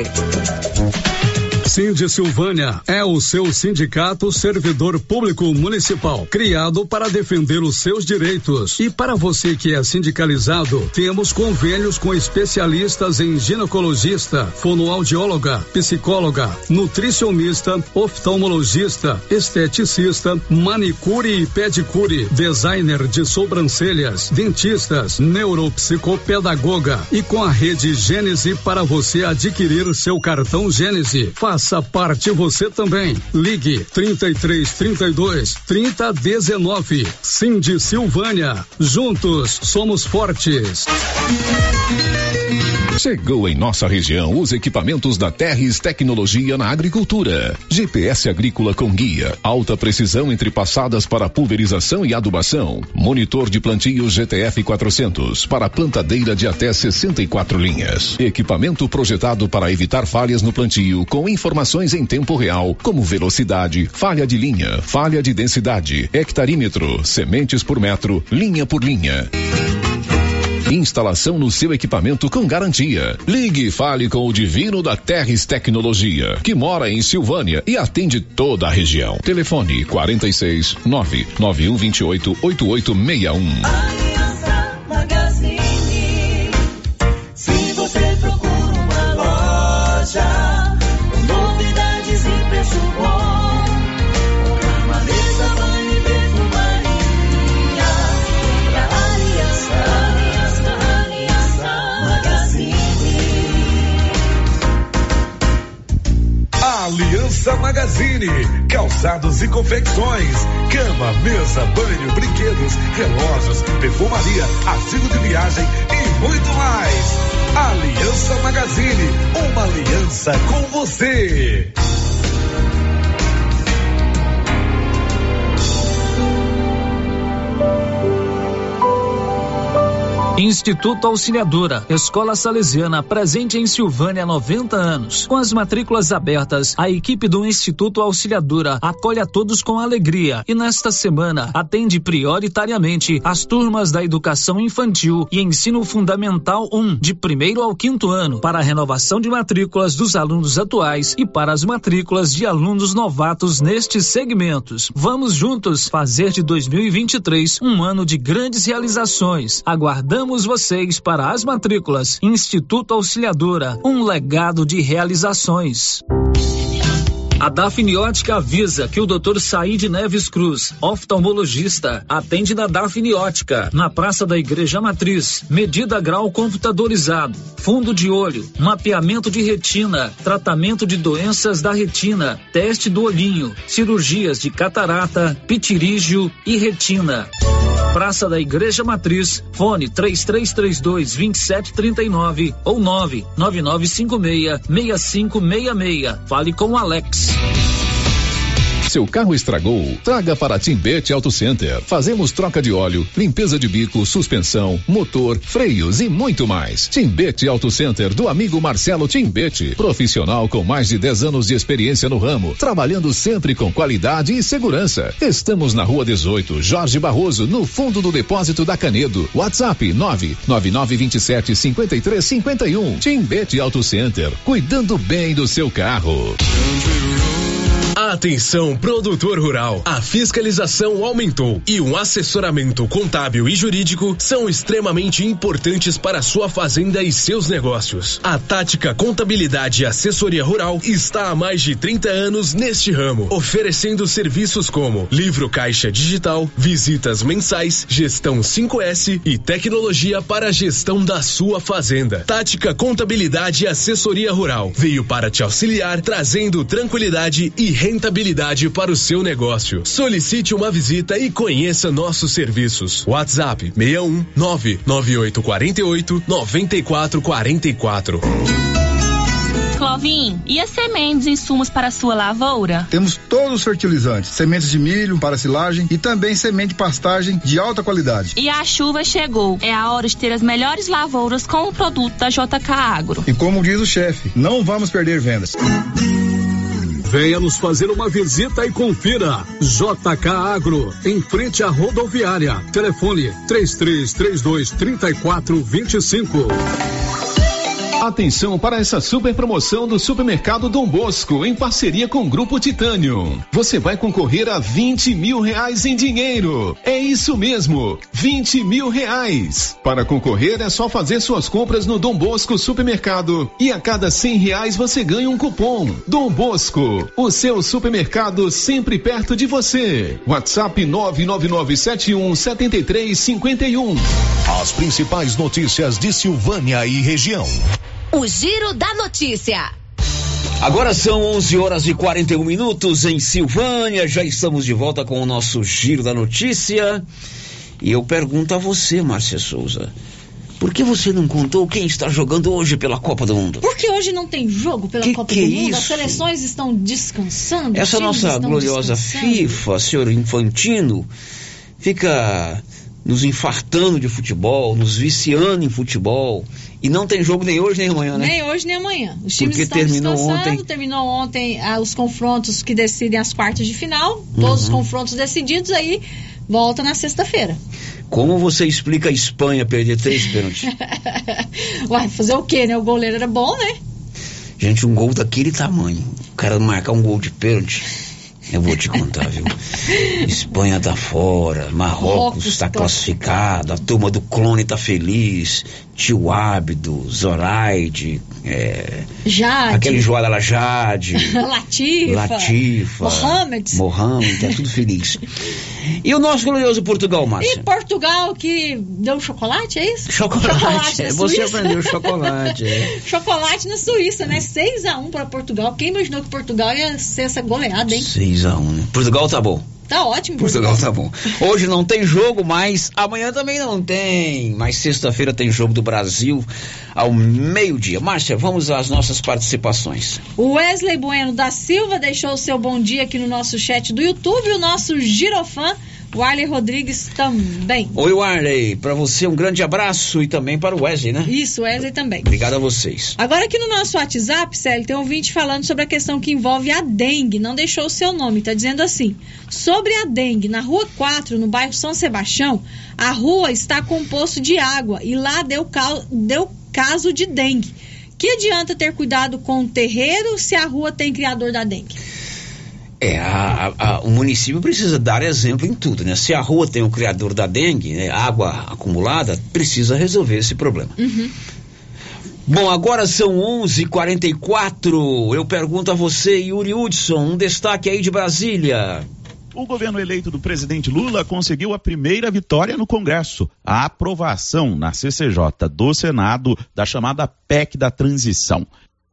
Sindi Silvânia é o seu sindicato servidor público municipal, criado para defender os seus direitos. E para você que é sindicalizado, temos convênios com especialistas em ginecologista, fonoaudióloga, psicóloga, nutricionista, oftalmologista, esteticista, manicure e pedicure, designer de sobrancelhas, dentistas, neuropsicopedagoga e com a rede Gênese para você adquirir seu cartão Gênese. Faça parte você também. Ligue trinta e três, trinta e dois, trinta, dezenove. Sindi Silvânia. Juntos somos fortes. Chegou em nossa região os equipamentos da Terres Tecnologia na Agricultura. G P S agrícola com guia, alta precisão entre passadas para pulverização e adubação. Monitor de plantio G T F quatrocentos para plantadeira de até sessenta e quatro linhas. Equipamento projetado para evitar falhas no plantio com informações em tempo real, como velocidade, falha de linha, falha de densidade, hectarímetro, sementes por metro, linha por linha. Instalação no seu equipamento com garantia. Ligue e fale com o Divino da Terres Tecnologia, que mora em Silvânia e atende toda a região. Telefone quarenta e seis, nove nove um dois oito, oito oito seis um. Aliança Magazine. Se você procura uma loja, novidades e preço bom, cama, mesa, banho e perfumaria, pra Aliança, Aliança, Aliança Magazine. Aliança Magazine, calçados e confecções, cama, mesa, banho, brinquedos, relógios, perfumaria, artigo de viagem e muito mais. Aliança Magazine, uma aliança com você. Instituto Auxiliadora, Escola Salesiana, presente em Silvânia há noventa anos. Com as matrículas abertas, a equipe do Instituto Auxiliadora acolhe a todos com alegria e nesta semana atende prioritariamente as turmas da educação infantil e ensino fundamental um, de primeiro ao quinto ano, para a renovação de matrículas dos alunos atuais e para as matrículas de alunos novatos nestes segmentos. Vamos juntos fazer de dois mil e vinte e três um ano de grandes realizações. Aguardamos vocês para as matrículas. Instituto Auxiliadora, um legado de realizações. A Dafniótica avisa que o doutor Saíde Neves Cruz, oftalmologista, atende na Dafniótica, na Praça da Igreja Matriz. Medida grau computadorizado, fundo de olho, mapeamento de retina, tratamento de doenças da retina, teste do olhinho, cirurgias de catarata, pitirígio e retina. Praça da Igreja Matriz, fone três três três dois, dois sete três nove ou nove nove nove cinco seis, seis cinco seis seis. Fale com o Alex. Seu carro estragou? Traga para Timbete Auto Center. Fazemos troca de óleo, limpeza de bico, suspensão, motor, freios e muito mais. Timbete Auto Center do amigo Marcelo Timbete, profissional com mais de dez anos de experiência no ramo, trabalhando sempre com qualidade e segurança. Estamos na Rua dezoito, Jorge Barroso, no fundo do depósito da Canedo. WhatsApp nove nove nove dois sete cinco três cinco um. Timbete Auto Center, cuidando bem do seu carro. Atenção, produtor rural. A fiscalização aumentou e um assessoramento contábil e jurídico são extremamente importantes para a sua fazenda e seus negócios. A Tática Contabilidade e Assessoria Rural está há mais de trinta anos neste ramo, oferecendo serviços como livro caixa digital, visitas mensais, gestão cinco S e tecnologia para a gestão da sua fazenda. Tática Contabilidade e Assessoria Rural veio para te auxiliar, trazendo tranquilidade e rentabilidade para o seu negócio. Solicite uma visita e conheça nossos serviços. WhatsApp seis um nove nove oito quatro oito nove quatro quatro quatro. Clovin, e as sementes e insumos para a sua lavoura? Temos todos os fertilizantes, sementes de milho para silagem e também semente de pastagem de alta qualidade. E a chuva chegou, é a hora de ter as melhores lavouras com o produto da J K Agro. E como diz o chefe, não vamos perder vendas. Venha nos fazer uma visita e confira. J K Agro, em frente à rodoviária. Telefone três três três dois, três quatro dois cinco. Atenção para essa super promoção do Supermercado Dom Bosco, em parceria com o Grupo Titânio. Você vai concorrer a vinte mil reais em dinheiro. É isso mesmo, vinte mil reais. Para concorrer é só fazer suas compras no Dom Bosco Supermercado e a cada cem reais você ganha um cupom. Dom Bosco, o seu supermercado sempre perto de você. WhatsApp nove nove nove sete um sete três cinco um. As principais notícias de Silvânia e região. O Giro da Notícia. Agora são onze horas e quarenta e um minutos em Silvânia. Já estamos de volta com o nosso Giro da Notícia. E eu pergunto a você, Márcia Souza, por que você não contou quem está jogando hoje pela Copa do Mundo? Porque hoje não tem jogo pela que Copa que do é Mundo. isso? As seleções estão descansando. Essa nossa gloriosa FIFA, senhor Infantino, fica nos infartando de futebol, nos viciando em futebol, e não tem jogo nem hoje nem amanhã, né? Nem hoje nem amanhã. Os times Porque estão terminou descansando, ontem. terminou ontem ah, os confrontos que decidem as quartas de final, todos os Uhum. confrontos decididos, aí volta na sexta-feira. Como você explica a Espanha perder três pênaltis? Uai, fazer o quê, né? O goleiro era bom, né? Gente, um gol daquele tamanho, o cara marcar um gol de pênalti, eu vou te contar, viu? Espanha tá fora, Marrocos tá classificado, a turma do clone tá feliz, tio Ábido, Zoraide, é, Jade. aquele Joala La Jade, Latifa. Latifa, Mohamed. Mohamed, tá tudo feliz. E o nosso glorioso Portugal, Márcia? E Portugal que deu chocolate, é isso? Chocolate, na é, você Suíça. aprendeu chocolate, é. Chocolate na Suíça, né? seis a um para Portugal. Quem imaginou que Portugal ia ser essa goleada, hein? seis a um, né? Portugal tá bom. Tá ótimo, Portugal tá bom. Hoje não tem jogo, mas amanhã também não tem. Mas sexta-feira tem jogo do Brasil ao meio-dia. Márcia, vamos às nossas participações. O Wesley Bueno da Silva deixou o seu bom dia aqui no nosso chat do YouTube. O nosso girofã, o Arley Rodrigues, também. Oi, Arley. Para você um grande abraço e também para o Wesley, né? Isso, Wesley também. Obrigado a vocês. Agora aqui no nosso WhatsApp, Célio, tem um ouvinte falando sobre a questão que envolve a dengue. Não deixou o seu nome, tá dizendo assim: sobre a dengue, na rua quatro, no bairro São Sebastião, a rua está com poço de água e lá deu, cal... deu caso de dengue. Que adianta ter cuidado com o terreiro se a rua tem criador da dengue? É, a, a, o município precisa dar exemplo em tudo, né? Se a rua tem o criador da dengue, né, água acumulada, precisa resolver esse problema. Uhum. Bom, agora são onze e quarenta e quatro. Eu pergunto a você, Yuri Hudson, um destaque aí de Brasília. O governo eleito do presidente Lula conseguiu a primeira vitória no Congresso, a aprovação na C C J do Senado da chamada P E C da transição.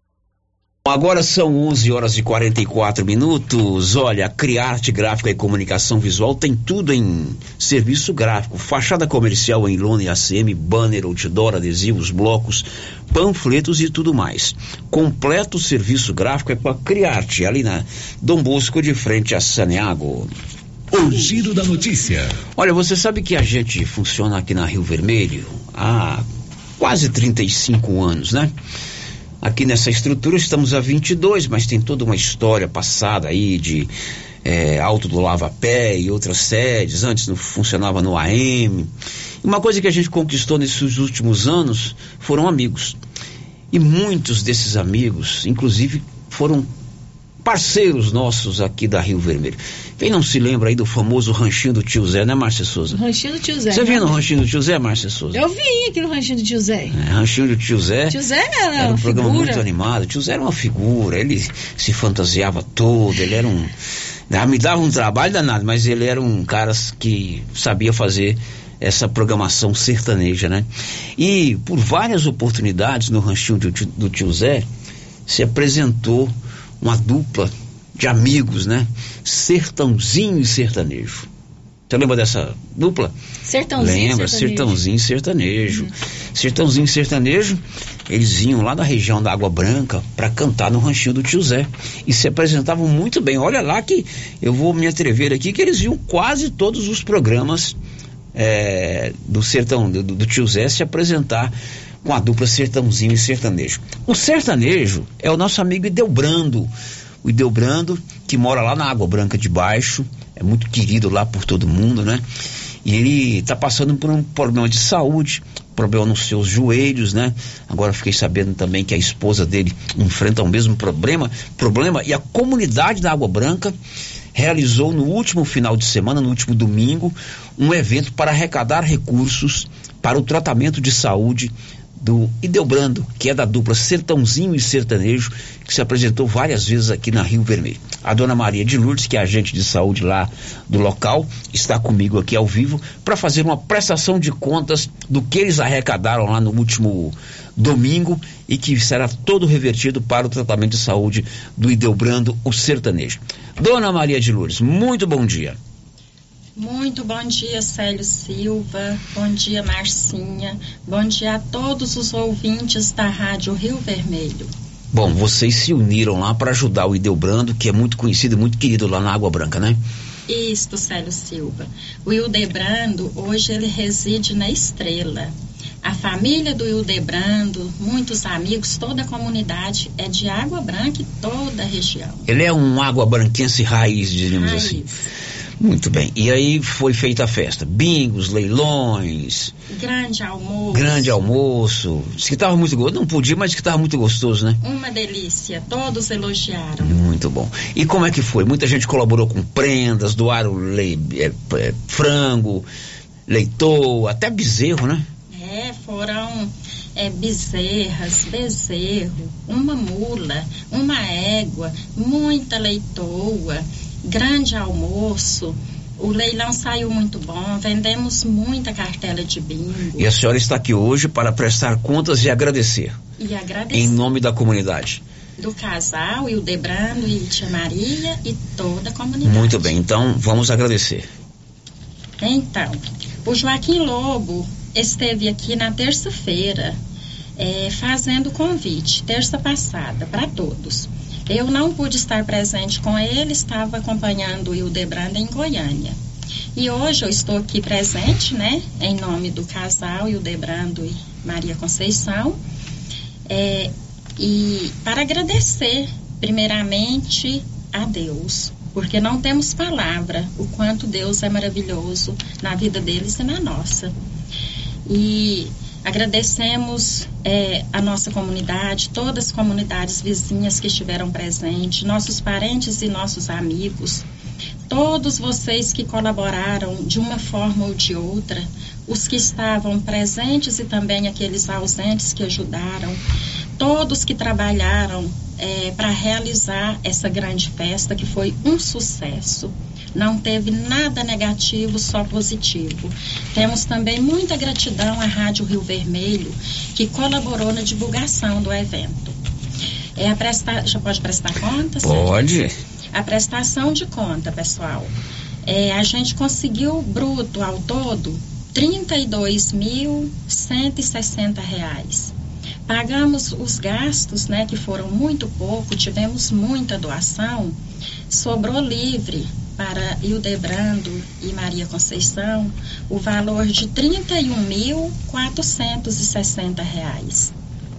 Agora são onze horas e quarenta e quatro minutos. Olha, a Criarte Gráfica e Comunicação Visual tem tudo em serviço gráfico, fachada comercial em lona e A C M, banner, outdoor, adesivos, blocos, panfletos e tudo mais. Completo serviço gráfico é com a Criarte, ali na Dom Bosco, de frente a Saneago. O giro da notícia. Olha, você sabe que a gente funciona aqui na Rio Vermelho há quase trinta e cinco anos, né? Aqui nessa estrutura estamos há vinte e dois, mas tem toda uma história passada aí de é, Alto do Lava Pé e outras sedes. Antes não funcionava no A M. E uma coisa que a gente conquistou nesses últimos anos foram amigos. E muitos desses amigos, inclusive, foram parceiros nossos aqui da Rio Vermelho. Quem não se lembra aí do famoso Ranchinho do Tio Zé, né, Márcia Souza? Ranchinho do Tio Zé. Você viu no Ranchinho do Tio Zé, Márcia Souza? Eu vi aqui no Ranchinho do Tio Zé. É, Ranchinho do Tio Zé. Tio Zé era, era um programa figura. muito animado. O Tio Zé era uma figura, ele se fantasiava todo, ele era um... Me dava um trabalho danado, mas ele era um cara que sabia fazer essa programação sertaneja, né? E por várias oportunidades no Ranchinho do Tio, do Tio Zé, se apresentou uma dupla de amigos, né? Sertãozinho e Sertanejo. Você lembra dessa dupla? Sertãozinho Lembra, e Sertanejo. Sertãozinho e Sertanejo. Uhum. Sertãozinho e Sertanejo, eles vinham lá da região da Água Branca para cantar no Ranchinho do Tio Zé. E se apresentavam muito bem. Olha lá que eu vou me atrever aqui que eles viam quase todos os programas é, do Sertão, do, do Tio Zé se apresentar com a dupla Sertãozinho e Sertanejo. O sertanejo é o nosso amigo Ideobrando. O Ideobrando, que mora lá na Água Branca de Baixo, é muito querido lá por todo mundo, né? E ele está passando por um problema de saúde, problema nos seus joelhos, né? Agora fiquei sabendo também que a esposa dele enfrenta o mesmo problema, problema e a comunidade da Água Branca realizou no último final de semana, no último domingo, um evento para arrecadar recursos para o tratamento de saúde do Ideobrando, que é da dupla Sertãozinho e Sertanejo, que se apresentou várias vezes aqui na Rio Vermelho. A dona Maria de Lourdes, que é agente de saúde lá do local, está comigo aqui ao vivo para fazer uma prestação de contas do que eles arrecadaram lá no último domingo e que será todo revertido para o tratamento de saúde do Ideobrando, o sertanejo. Dona Maria de Lourdes, muito bom dia. Muito bom dia, Célio Silva, bom dia, Marcinha, bom dia a todos os ouvintes da Rádio Rio Vermelho. Bom, vocês se uniram lá para ajudar o Ideobrando, que é muito conhecido e muito querido lá na Água Branca, né? Isso, Célio Silva. O Ideobrando, hoje ele reside na Estrela. A família do Ideobrando, muitos amigos, toda a comunidade é de Água Branca e toda a região. Ele é um água branquense raiz, diríamos raiz. assim. Muito bem, e aí foi feita a festa, bingos, leilões, grande almoço, grande almoço, disse que estava muito gostoso, não podia, mas disse que estava muito gostoso, né? Uma delícia, todos elogiaram. Muito bom. E como é que foi? Muita gente colaborou com prendas, doaram le... é, é, frango, leitoa, até bezerro, né? É, foram é, bezerras, bezerro, uma mula, uma égua, muita leitoa, grande almoço. O leilão saiu muito bom, vendemos muita cartela de bingo. E a senhora está aqui hoje para prestar contas e agradecer. E agradecer. Em nome da comunidade. Do casal, e o Debrando, e Tia Maria, e toda a comunidade. Muito bem, então vamos agradecer. Então, o Joaquim Lobo esteve aqui na terça-feira, é, fazendo convite, terça passada, para todos. Eu não pude estar presente com ele, estava acompanhando o Hildebrando em Goiânia. E hoje eu estou aqui presente, né, em nome do casal Hildebrando e Maria Conceição, é, e para agradecer, primeiramente, a Deus, porque não temos palavra o quanto Deus é maravilhoso na vida deles e na nossa. E agradecemos é, a nossa comunidade, todas as comunidades vizinhas que estiveram presentes, nossos parentes e nossos amigos, todos vocês que colaboraram de uma forma ou de outra, os que estavam presentes e também aqueles ausentes que ajudaram, todos que trabalharam é, para realizar essa grande festa, que foi um sucesso. Não teve nada negativo, só positivo. Temos também muita gratidão à Rádio Rio Vermelho, que colaborou na divulgação do evento. É a presta... Já pode prestar conta? Pode. Sérgio? A prestação de conta, pessoal. É, a gente conseguiu bruto ao todo trinta e dois mil cento e sessenta reais. Pagamos os gastos, né, que foram muito pouco, tivemos muita doação, sobrou livre para Hildebrando e Maria Conceição o valor de trinta e um mil quatrocentos e sessenta reais.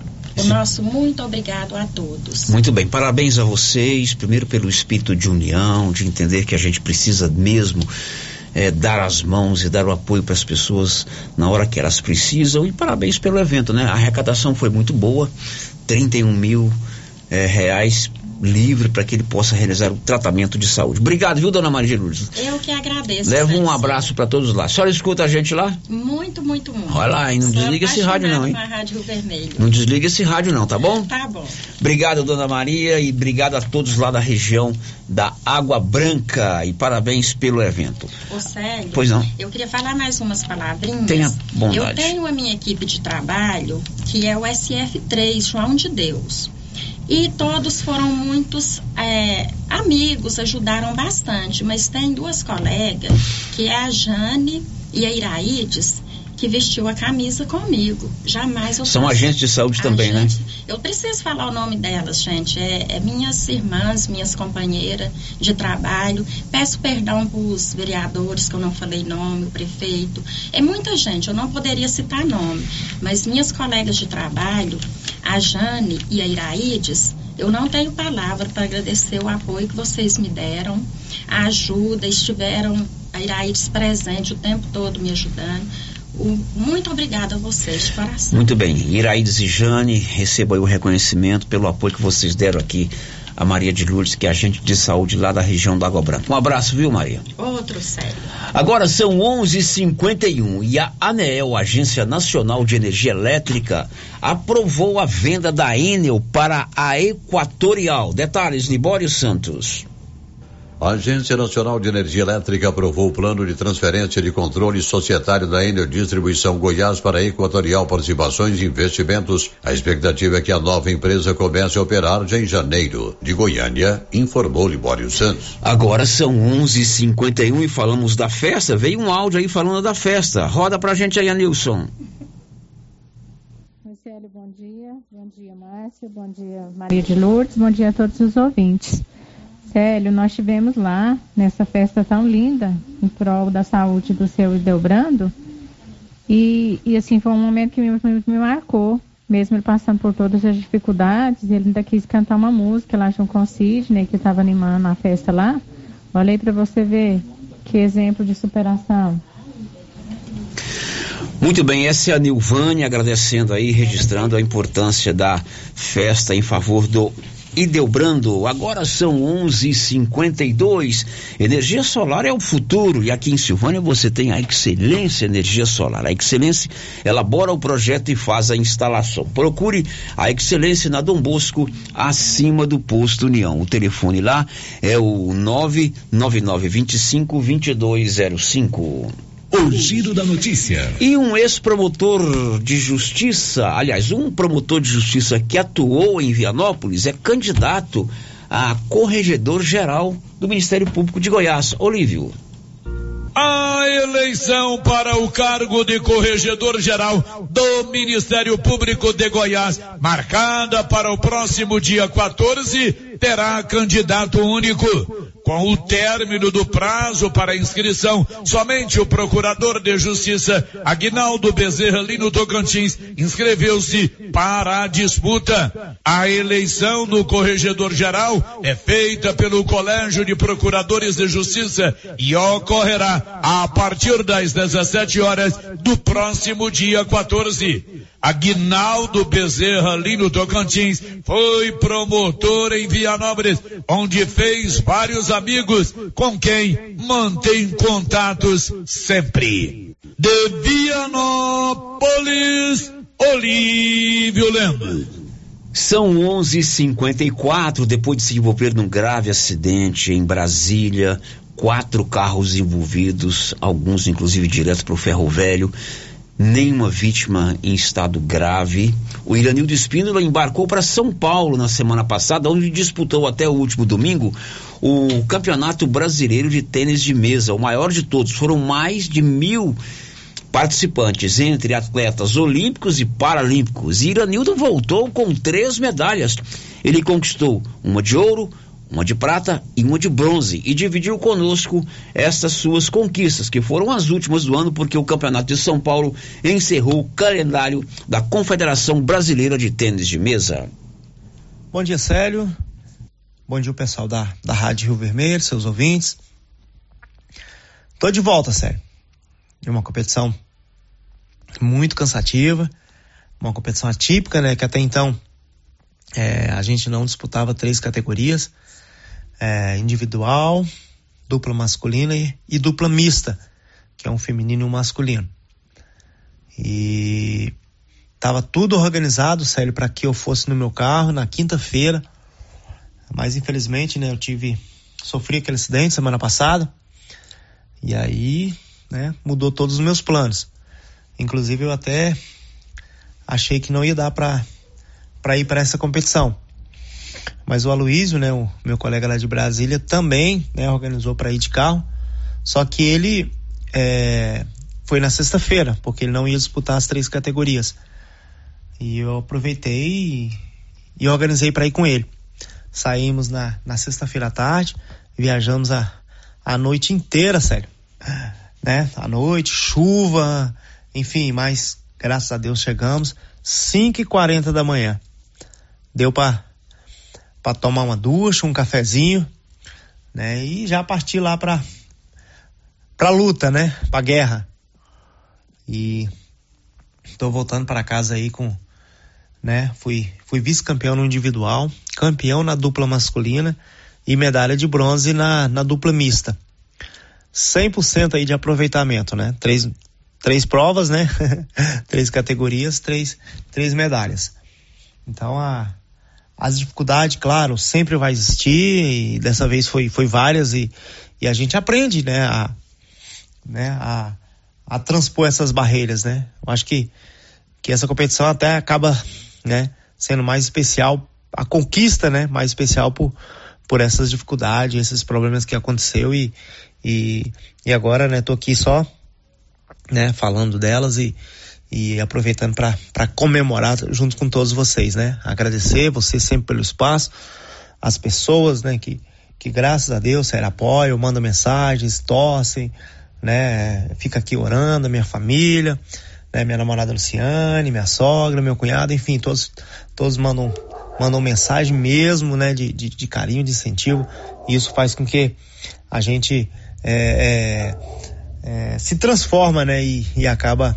O nosso muito obrigado a todos. Muito bem, parabéns a vocês, primeiro pelo espírito de união, de entender que a gente precisa mesmo é, dar as mãos e dar o apoio para as pessoas na hora que elas precisam, e parabéns pelo evento, né? A arrecadação foi muito boa, trinta e um mil é, reais livre para que ele possa realizar o tratamento de saúde. Obrigado, viu, dona Maria de Lourdes? Eu que agradeço. Leva um abraço para todos lá. A senhora escuta a gente lá? Muito, muito, muito. Olha lá, e não Sou desliga esse rádio não, hein? Rádio Vermelho. Não desliga esse rádio não, tá bom? Tá bom. Obrigado, dona Maria, e obrigado a todos lá da região da Água Branca, e parabéns pelo evento. Ô, Célio, pois não? Eu queria falar mais umas palavrinhas. Tenha bondade. Eu tenho a minha equipe de trabalho, que é o S F três, João de Deus. E todos foram muitos é, amigos, ajudaram bastante, mas tem duas colegas, que é a Jane e a Iraides, que vestiu a camisa comigo. Jamais eu São agentes de saúde também, agente, né? Eu preciso falar o nome delas, gente. É, é minhas irmãs, minhas companheiras de trabalho. Peço perdão para os vereadores, que eu não falei nome, o prefeito. É muita gente, eu não poderia citar nome. Mas minhas colegas de trabalho, a Jane e a Iraides, eu não tenho palavra para agradecer o apoio que vocês me deram, a ajuda, estiveram, a Iraides presente o tempo todo me ajudando. O, muito obrigada a vocês, de coração. Muito bem, Iraides e Jane, recebam aí o reconhecimento pelo apoio que vocês deram aqui a Maria de Lourdes, que é agente de saúde lá da região da Água Branca. Um abraço, viu, Maria? Outro, sério. Agora são onze e cinquenta e um e a ANEEL, Agência Nacional de Energia Elétrica, aprovou a venda da Enel para a Equatorial. Detalhes, Libório Santos. A Agência Nacional de Energia Elétrica aprovou o plano de transferência de controle societário da Enel Distribuição Goiás para a Equatorial Participações e Investimentos. A expectativa é que a nova empresa comece a operar já em janeiro. De Goiânia, informou Libório Santos. Agora são onze e cinquenta e um e falamos da festa. Veio um áudio aí falando da festa. Roda pra gente aí, Anilson. Marcelo, bom dia. Bom dia, Márcia. Bom dia, Maria de Lourdes. Bom dia a todos os ouvintes. Célio, nós estivemos lá nessa festa tão linda em prol da saúde do seu Hildebrando e, e assim foi um momento que me, me, me marcou, mesmo ele passando por todas as dificuldades. Ele ainda quis cantar uma música lá junto com o Sidney, que estava animando a festa lá. Olha aí para você ver que exemplo de superação. Muito bem, essa é a Nilvânia agradecendo aí, registrando a importância da festa em favor do Hildebrando. Agora são onze e cinquenta e dois. Energia solar é o futuro, e aqui em Silvânia você tem a Excelência Energia Solar. A Excelência elabora o projeto e faz a instalação. Procure a Excelência na Dom Bosco, acima do Posto União. O telefone lá é o nove nove nove dois cinco, dois dois zero cinco. O giro da notícia. E um ex-promotor de justiça, aliás, um promotor de justiça que atuou em Vianópolis é candidato a corregedor-geral do Ministério Público de Goiás. Olívio. A eleição para o cargo de corregedor-geral do Ministério Público de Goiás, marcada para o próximo dia quatorze, terá candidato único. Com o término do prazo para inscrição, somente o procurador de justiça, Aguinaldo Bezerra Lino Tocantins, inscreveu-se para a disputa. A eleição do corregedor-geral é feita pelo Colégio de Procuradores de Justiça e ocorrerá a partir das dezessete horas do próximo dia quatorze. Aguinaldo Bezerra, ali no Tocantins, foi promotor em Vianópolis, onde fez vários amigos com quem mantém contatos sempre. De Vianópolis, Olívio Lemos. São onze e cinquenta e quatro, depois de se envolver num grave acidente em Brasília, quatro carros envolvidos, alguns inclusive direto para o Ferro Velho, nenhuma vítima em estado grave. O Iranildo Espíndola embarcou para São Paulo na semana passada, onde disputou até o último domingo o Campeonato Brasileiro de Tênis de Mesa, o maior de todos. Foram mais de mil participantes, entre atletas olímpicos e paralímpicos. E Iranildo voltou com três medalhas. Ele conquistou uma de ouro, uma de prata e uma de bronze, e dividiu conosco estas suas conquistas, que foram as últimas do ano, porque o Campeonato de São Paulo encerrou o calendário da Confederação Brasileira de Tênis de Mesa. Bom dia, Célio. Bom dia, o pessoal da, da Rádio Rio Vermelho, seus ouvintes. Tô de volta, Célio. De uma competição muito cansativa, uma competição atípica, né, que até então é, a gente não disputava três categorias, é, individual, dupla masculina e, e dupla mista, que é um feminino e um masculino. E tava tudo organizado, Célio, para que eu fosse no meu carro na quinta-feira, mas infelizmente, né, eu tive, sofri aquele acidente semana passada, e aí, né, mudou todos os meus planos. Inclusive eu até achei que não ia dar para para ir para essa competição. Mas o Aloísio, né, o meu colega lá de Brasília, também, né, organizou para ir de carro. Só que ele é, foi na sexta-feira, porque ele não ia disputar as três categorias. E eu aproveitei e, e organizei para ir com ele. Saímos na, na sexta-feira à tarde, viajamos a, a noite inteira, sério. Né? À noite, chuva, enfim, mas graças a Deus chegamos cinco e quarenta da manhã. Deu para para tomar uma ducha, um cafezinho, né? E já partir lá para para luta, né? Para guerra. E tô voltando para casa aí com, né? Fui fui vice-campeão no individual, campeão na dupla masculina e medalha de bronze na na dupla mista. cem por cento aí de aproveitamento, né? Três, três provas, né? Três categorias, três, três medalhas. Então, a, as dificuldades, claro, sempre vai existir, e dessa vez foi, foi várias, e, e a gente aprende, né? A, né? A, a transpor essas barreiras, né? Eu acho que, que essa competição até acaba, né, sendo mais especial, a conquista, né? Mais especial por, por essas dificuldades, esses problemas que aconteceu, e E, e agora, né, tô aqui só, né, falando delas e, e aproveitando para comemorar junto com todos vocês, né, agradecer você sempre pelo espaço, as pessoas, né, que, que graças a Deus, sério, apoiam, mandam mensagens, torcem, né, fica aqui orando, minha família, né, minha namorada Luciane, minha sogra, meu cunhado, enfim, todos, todos mandam, mandam mensagem mesmo, né, de, de, de carinho, de incentivo, e isso faz com que a gente É, é, é, se transforma, né, e, e acaba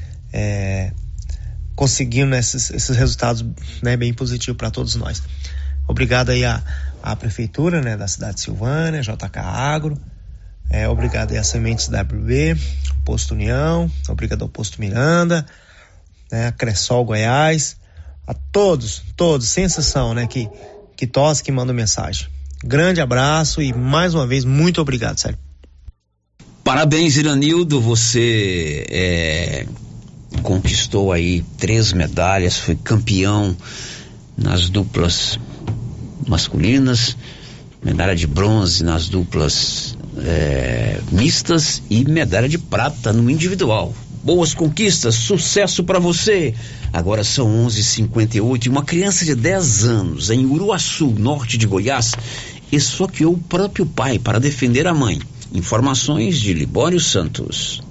é, conseguindo esses, esses resultados, né, bem positivos para todos nós. Obrigado aí à, à prefeitura, né, da cidade de Silvânia, J K Agro, é, obrigado aí à Sementes W B, Posto União, obrigado ao Posto Miranda, né, a Cressol Goiás, a todos, todos, sem exceção, né, que, que torcem, que mandam mensagem. Grande abraço e mais uma vez muito obrigado, sério. Parabéns, Iranildo, você é, conquistou aí três medalhas, foi campeão nas duplas masculinas, medalha de bronze nas duplas é, mistas e medalha de prata no individual. Boas conquistas, sucesso para você. Agora são onze e cinquenta e oito e uma criança de dez anos em Uruaçu, norte de Goiás, esfaqueou o próprio pai para defender a mãe. Informações de Libório Santos.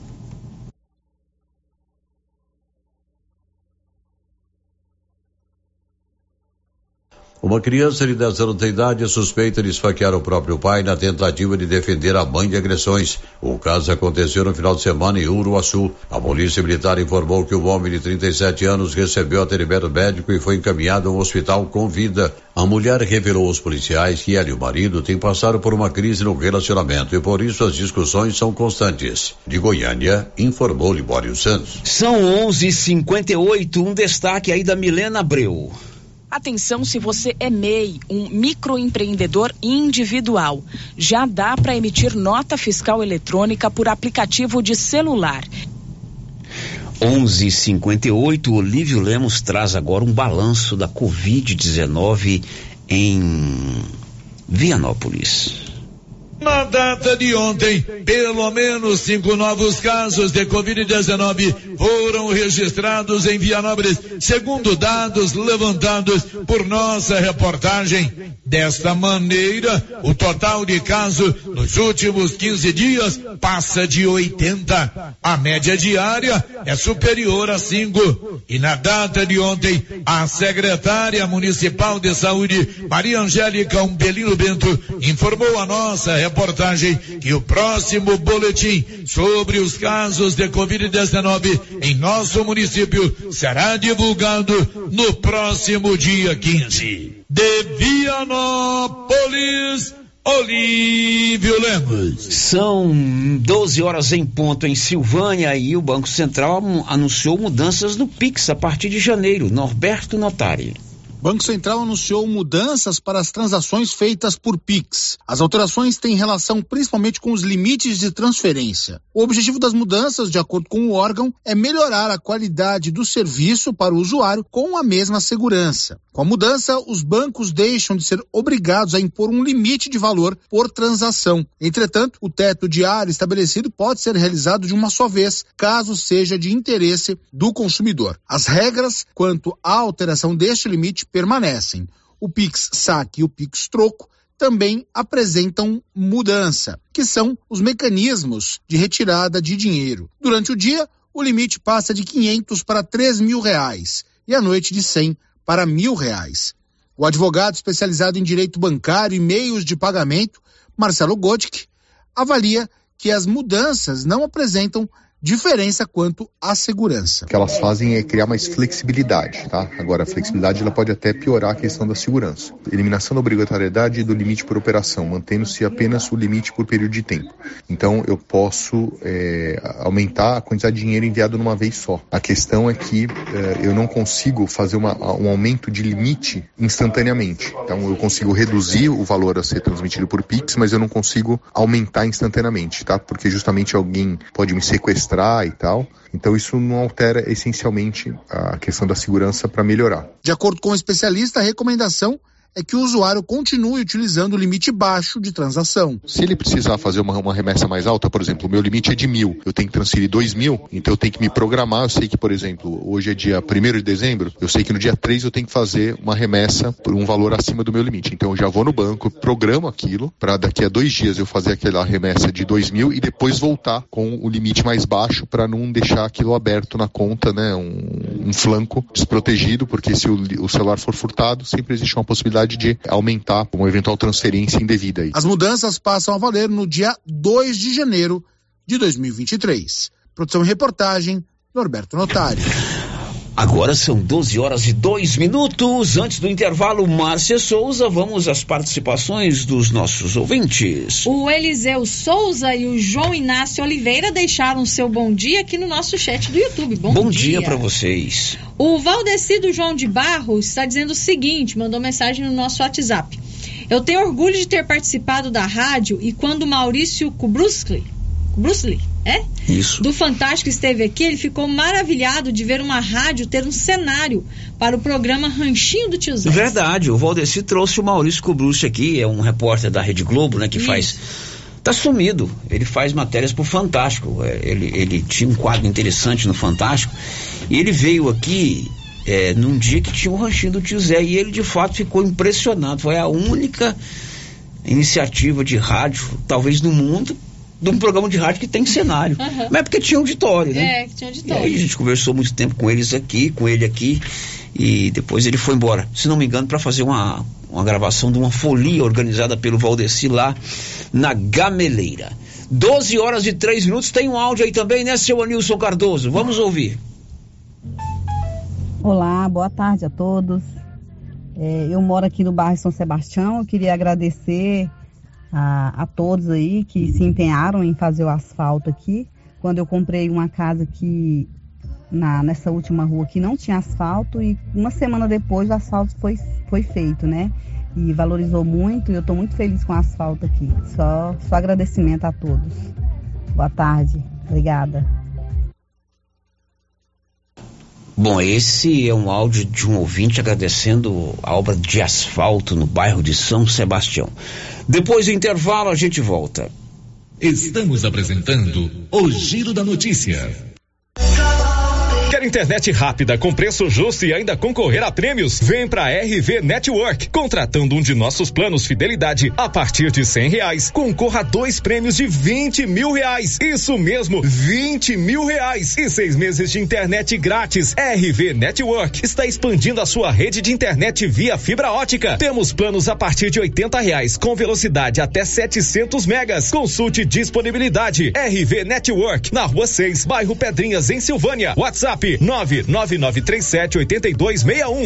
Uma criança de dez anos de idade é suspeita de esfaquear o próprio pai na tentativa de defender a mãe de agressões. O caso aconteceu no final de semana em Uruaçu. A polícia militar informou que o homem de trinta e sete anos recebeu atendimento médico e foi encaminhado a um hospital com vida. A mulher revelou aos policiais que ela e o marido têm passado por uma crise no relacionamento e por isso as discussões são constantes. De Goiânia, informou Libório Santos. São onze e cinquenta e oito, um destaque aí da Milena Abreu. Atenção se você é M E I, um microempreendedor individual. Já dá para emitir nota fiscal eletrônica por aplicativo de celular. onze e cinquenta e oito, Olívio Lemos traz agora um balanço da covid dezenove em Vianópolis. Na data de ontem, pelo menos cinco novos casos de covid dezenove foram registrados em Vianópolis, segundo dados levantados por nossa reportagem. Desta maneira, o total de casos nos últimos quinze dias passa de oitenta. A média diária é superior a cinco. E na data de ontem, a secretária municipal de saúde, Maria Angélica Umbelino Bento, informou a nossa reportagem reportagem que o próximo boletim sobre os casos de covid dezenove em nosso município será divulgado no próximo dia quinze. De Vianópolis, Olívio Lemos. São doze horas em ponto em Silvânia e o Banco Central anunciou mudanças no Pix a partir de janeiro. Norberto Notari. O Banco Central anunciou mudanças para as transações feitas por Pix. As alterações têm relação principalmente com os limites de transferência. O objetivo das mudanças, de acordo com o órgão, é melhorar a qualidade do serviço para o usuário com a mesma segurança. Com a mudança, os bancos deixam de ser obrigados a impor um limite de valor por transação. Entretanto, o teto diário estabelecido pode ser realizado de uma só vez, caso seja de interesse do consumidor. As regras quanto à alteração deste limite permanecem. O Pix Saque e o Pix Troco também apresentam mudança, que são os mecanismos de retirada de dinheiro. Durante o dia, o limite passa de quinhentos para três mil reais e à noite de cem para mil reais. O advogado especializado em direito bancário e meios de pagamento, Marcelo Godke, avalia que as mudanças não apresentam diferença quanto à segurança. O que elas fazem é criar mais flexibilidade, tá? Agora, a flexibilidade ela pode até piorar a questão da segurança. Eliminação da obrigatoriedade do limite por operação, mantendo-se apenas o limite por período de tempo. Então, eu posso é, aumentar a quantidade de dinheiro enviado numa vez só. A questão é que é, eu não consigo fazer uma, um aumento de limite instantaneamente. Então, eu consigo reduzir o valor a ser transmitido por Pix, mas eu não consigo aumentar instantaneamente, tá? Porque justamente alguém pode me sequestrar e tal, então isso não altera essencialmente a questão da segurança para melhorar. De acordo com o especialista, a recomendação é que o usuário continue utilizando o limite baixo de transação. Se ele precisar fazer uma, uma remessa mais alta, por exemplo, o meu limite é de mil, eu tenho que transferir dois mil, então eu tenho que me programar. Eu sei que, por exemplo, hoje é dia primeiro de dezembro, eu sei que no dia três eu tenho que fazer uma remessa por um valor acima do meu limite. Então eu já vou no banco, programo aquilo, para daqui a dois dias eu fazer aquela remessa de dois mil e depois voltar com o limite mais baixo para não deixar aquilo aberto na conta, né? Um, um flanco desprotegido, porque se o, o celular for furtado, sempre existe uma possibilidade de aumentar uma eventual transferência indevida aí. As mudanças passam a valer no dia dois de janeiro de dois mil e vinte e três. Produção e reportagem, Norberto Notari. Agora são doze horas e dois minutos. Antes do intervalo, Márcia Souza, vamos às participações dos nossos ouvintes. O Eliseu Souza e o João Inácio Oliveira deixaram seu bom dia aqui no nosso chat do YouTube. Bom, bom dia, dia para vocês. O Valdecido João de Barros está dizendo o seguinte, mandou mensagem no nosso WhatsApp. Eu tenho orgulho de ter participado da rádio e quando o Maurício Kubrusli, Kubrusli, é? Isso. Do Fantástico esteve aqui, ele ficou maravilhado de ver uma rádio ter um cenário para o programa Ranchinho do Tio Zé. Verdade, o Valdeci trouxe o Maurício Kubrusli aqui, é um repórter da Rede Globo, né, que Isso. faz... Tá sumido, ele faz matérias pro Fantástico, ele, ele tinha um quadro interessante no Fantástico e ele veio aqui é, num dia que tinha o Ranchinho do Tio Zé e ele de fato ficou impressionado, foi a única iniciativa de rádio, talvez no mundo, de um programa de rádio que tem cenário, uhum. Mas é porque tinha auditório, né? É, que tinha auditório. E aí a gente conversou muito tempo com eles aqui, com ele aqui e depois ele foi embora, se não me engano, para fazer uma, uma gravação de uma folia organizada pelo Valdeci lá na Gameleira. doze horas e três minutos, tem um áudio aí também, né, seu Anilson Cardoso? Vamos ouvir. Olá, boa tarde a todos. É, eu moro aqui no bairro São Sebastião, eu queria agradecer a, a todos aí que se empenharam em fazer o asfalto aqui. Quando eu comprei uma casa que na, nessa última rua que não tinha asfalto, e uma semana depois o asfalto foi, foi feito, né? E valorizou muito, e eu estou muito feliz com o asfalto aqui. Só, só agradecimento a todos. Boa tarde, obrigada. Bom, esse é um áudio de um ouvinte agradecendo a obra de asfalto no bairro de São Sebastião. Depois do intervalo a gente volta. Estamos apresentando o Giro da Notícia. Quer internet rápida, com preço justo e ainda concorrer a prêmios? Vem pra R V Network. Contratando um de nossos planos Fidelidade a partir de cem reais, concorra a dois prêmios de vinte mil reais. Isso mesmo, vinte mil reais e seis meses de internet grátis. R V Network está expandindo a sua rede de internet via fibra ótica. Temos planos a partir de oitenta reais, com velocidade até setecentos megas. Consulte disponibilidade. R V Network, na Rua seis, bairro Pedrinhas, em Silvânia. WhatsApp nove nove nove três sete oito dois seis um.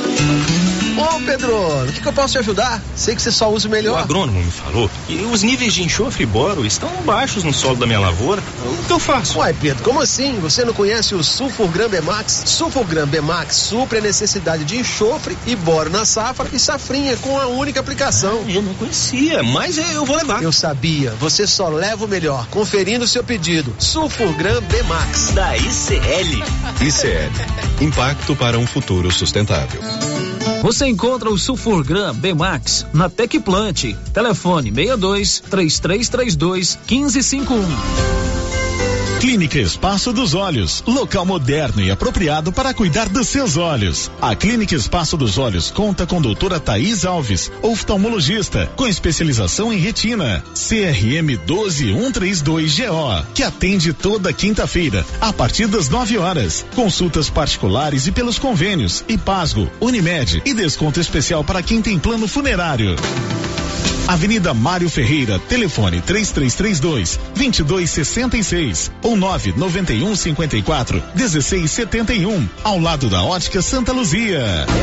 Ô Pedro, o que, que eu posso te ajudar? Sei que você só usa o melhor. O agrônomo me falou que os níveis de enxofre e boro estão baixos no solo da minha lavoura. O que eu faço? Uai, Pedro, como assim? Você não conhece o Sulfurgram B-Max? Sulfurgram B-Max supre a necessidade de enxofre e boro na safra e safrinha com a única aplicação. Ah, eu não conhecia, mas eu vou levar. Eu sabia, você só leva o melhor, conferindo o seu pedido. Sulfurgram B-Max. Da I C L. I C L, Impacto para um futuro sustentável. Você encontra o Sulfurgram B-Max na Tecplant. Telefone seis dois, três três três dois, um cinco cinco um. Clínica Espaço dos Olhos, local moderno e apropriado para cuidar dos seus olhos. A Clínica Espaço dos Olhos conta com doutora Thaís Alves, oftalmologista, com especialização em retina, C R M um dois um três dois G O, que atende toda quinta-feira, a partir das nove horas. Consultas particulares e pelos convênios, Ipasgo, Unimed e desconto especial para quem tem plano funerário. Avenida Mário Ferreira, telefone três três três dois, dois dois seis seis ou nove nove um cinco quatro, um seis sete um, ao lado da Ótica Santa Luzia.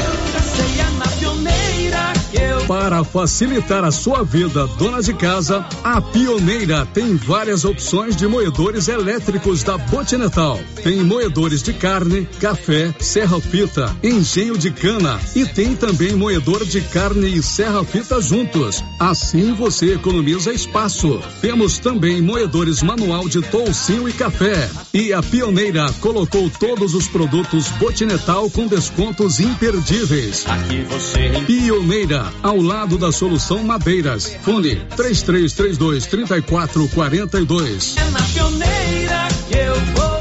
Para facilitar a sua vida, dona de casa, a Pioneira tem várias opções de moedores elétricos da Continental. Tem moedores de carne, café, serra-fita, engenho de cana e tem também moedor de carne e serra-fita juntos. Assim você economiza espaço. Temos também moedores manual de toucinho e café. E a Pioneira colocou todos os produtos Continental com descontos imperdíveis. Aqui você... Pioneira, ao lado da Solução Madeiras. Fone três três três dois, três quatro quatro dois. É na Pioneira que eu vou.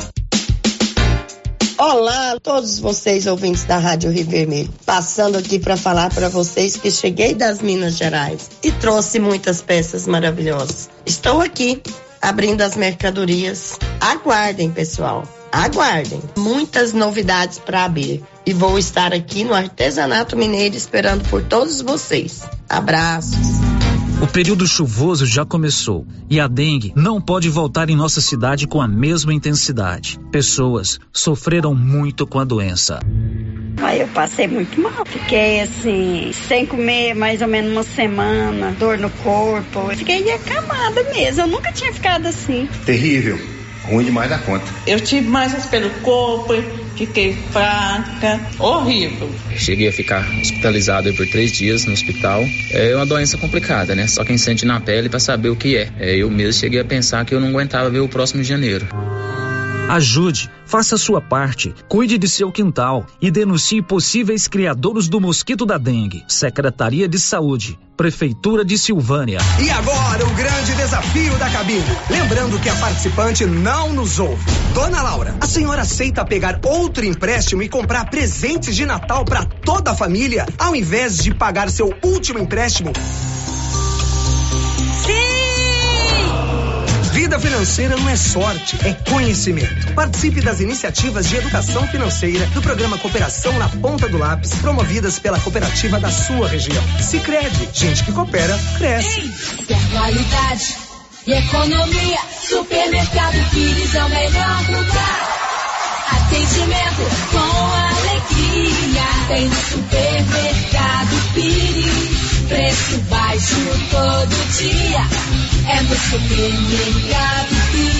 Olá a todos vocês ouvintes da Rádio Rio Vermelho, passando aqui para falar para vocês que cheguei das Minas Gerais e trouxe muitas peças maravilhosas. Estou aqui abrindo as mercadorias. Aguardem, pessoal, aguardem. Muitas novidades para abrir e vou estar aqui no Artesanato Mineiro esperando por todos vocês. Abraços. O período chuvoso já começou e a dengue não pode voltar em nossa cidade com a mesma intensidade. Pessoas sofreram muito com a doença. Aí eu passei muito mal. Fiquei assim, sem comer mais ou menos uma semana, dor no corpo. Fiquei acamada mesmo, eu nunca tinha ficado assim. Terrível, ruim demais da conta. Eu tive mais pelo corpo, fiquei fraca, horrível. Cheguei a ficar hospitalizado por três dias no hospital. É uma doença complicada, né? Só quem sente na pele para saber o que é. é. Eu mesmo cheguei a pensar que eu não aguentava ver o próximo janeiro. Ajude, faça a sua parte, cuide de seu quintal e denuncie possíveis criadouros do mosquito da dengue. Secretaria de Saúde, Prefeitura de Silvânia. E agora o grande desafio da cabine. Lembrando que a participante não nos ouve. Dona Laura, a senhora aceita pegar outro empréstimo e comprar presentes de Natal para toda a família, ao invés de pagar seu último empréstimo? Sim! Vida Vida financeira não é sorte, é conhecimento. Participe das iniciativas de educação financeira do programa Cooperação na Ponta do Lápis, promovidas pela cooperativa da sua região. Sicredi, gente que coopera, cresce. Ei, qualidade e economia, Supermercado Pires é o melhor lugar. Atendimento com alegria, tem no Supermercado Pires. Preço baixo todo dia, é no Supermercado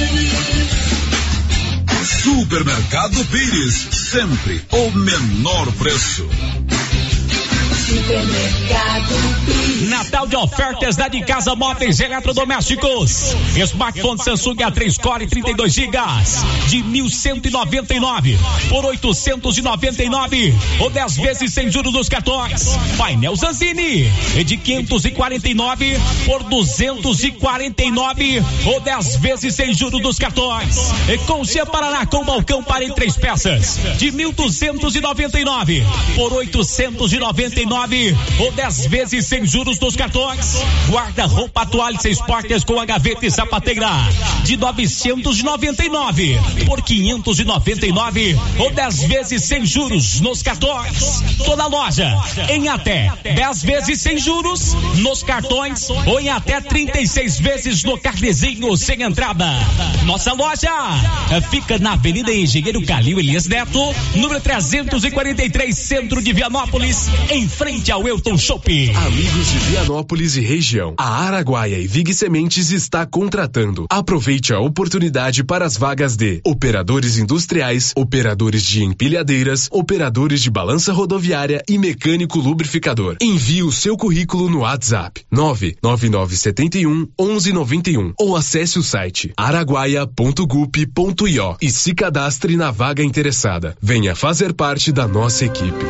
Pires. Supermercado Pires, sempre o menor preço. Supermercado Pires. Natal de ofertas da de Casa Móveis Eletrodomésticos. Smartphone Samsung A três Core trinta e dois gigas de mil cento e noventa e nove por oitocentos e noventa e nove ou dez vezes sem juros dos cartões. Painel Zanzini de quinhentos e quarenta e nove por duzentos e quarenta e nove ou dez vezes sem juros dos cartões. E Concia Paraná com balcão para em três peças de mil duzentos e noventa e nove por oitocentos e noventa e nove ou dez vezes sem juros dos cartões. Guarda-roupa toalha seis portas com a gaveta e sapateira de novecentos e noventa e nove por quinhentos e noventa e nove ou dez vezes sem juros nos cartões. Toda loja em até dez vezes sem juros nos cartões ou em até trinta e seis vezes no carnezinho sem entrada. Nossa loja fica na Avenida Engenheiro Calil Elias Neto, número trezentos e quarenta e três, centro de Vianópolis, em frente ao Elton Shopping. Amigos de Vianópolis e região, a Araguaia e Vig Sementes está contratando. Aproveite a oportunidade para as vagas de operadores industriais, operadores de empilhadeiras, operadores de balança rodoviária e mecânico lubrificador. Envie o seu currículo no WhatsApp nove nove nove sete um, onze nove um ou acesse o site araguaia ponto gup ponto io e se cadastre na vaga interessada. Venha fazer parte da nossa equipe.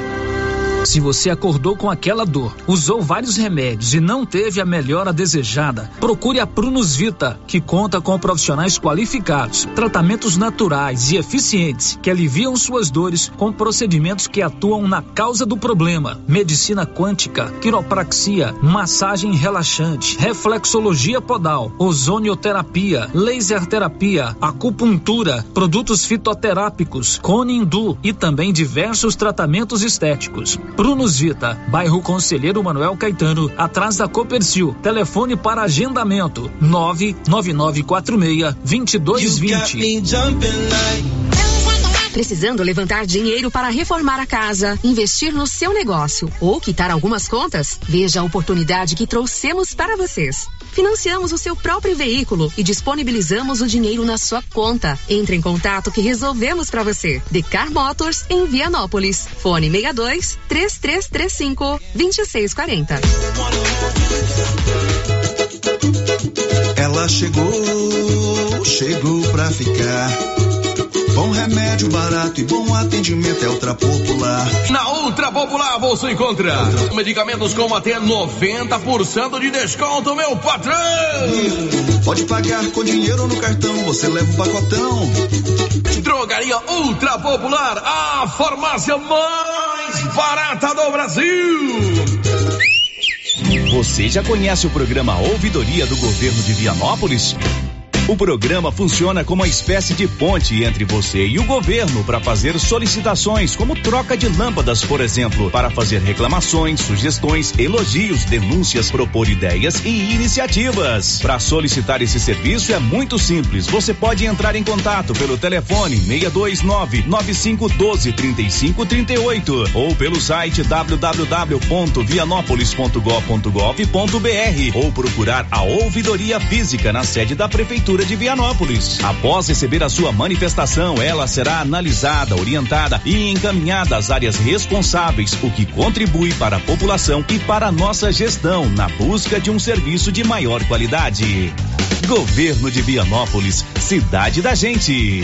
Se você acordou com aquela dor, usou vários remédios e não teve a melhora desejada, procure a Prunus Vita, que conta com profissionais qualificados, tratamentos naturais e eficientes que aliviam suas dores com procedimentos que atuam na causa do problema: medicina quântica, quiropraxia, massagem relaxante, reflexologia podal, ozonioterapia, laser terapia, acupuntura, produtos fitoterápicos, cone hindu e também diversos tratamentos estéticos. Prunus Vita, bairro Conselheiro Manuel Caetano, atrás da Copercil. Telefone para agendamento nove nove nove quatro seis, dois dois dois zero. Precisando levantar dinheiro para reformar a casa, investir no seu negócio ou quitar algumas contas? Veja a oportunidade que trouxemos para vocês. Financiamos o seu próprio veículo e disponibilizamos o dinheiro na sua conta. Entre em contato que resolvemos para você. Decar Motors em Vianópolis. Fone seis dois, três três três cinco, dois seis quatro zero. Ela chegou, chegou pra ficar. Bom remédio, barato e bom atendimento é Ultra Popular. Na Ultra Popular você encontra medicamentos com até noventa por cento de desconto, meu patrão. Pode pagar com dinheiro ou no cartão, você leva um pacotão. Drogaria Ultra Popular, a farmácia mais barata do Brasil. Você já conhece o programa Ouvidoria do Governo de Vianópolis? O programa funciona como uma espécie de ponte entre você e o governo para fazer solicitações, como troca de lâmpadas, por exemplo, para fazer reclamações, sugestões, elogios, denúncias, propor ideias e iniciativas. Para solicitar esse serviço é muito simples. Você pode entrar em contato pelo telefone seis dois nove, nove cinco um dois, três cinco três oito ou pelo site w w w ponto vianópolis ponto gov ponto gov ponto b r ou procurar a ouvidoria física na sede da Prefeitura de Vianópolis. Após receber a sua manifestação, ela será analisada, orientada e encaminhada às áreas responsáveis, o que contribui para a população e para a nossa gestão na busca de um serviço de maior qualidade. Governo de Vianópolis, cidade da gente.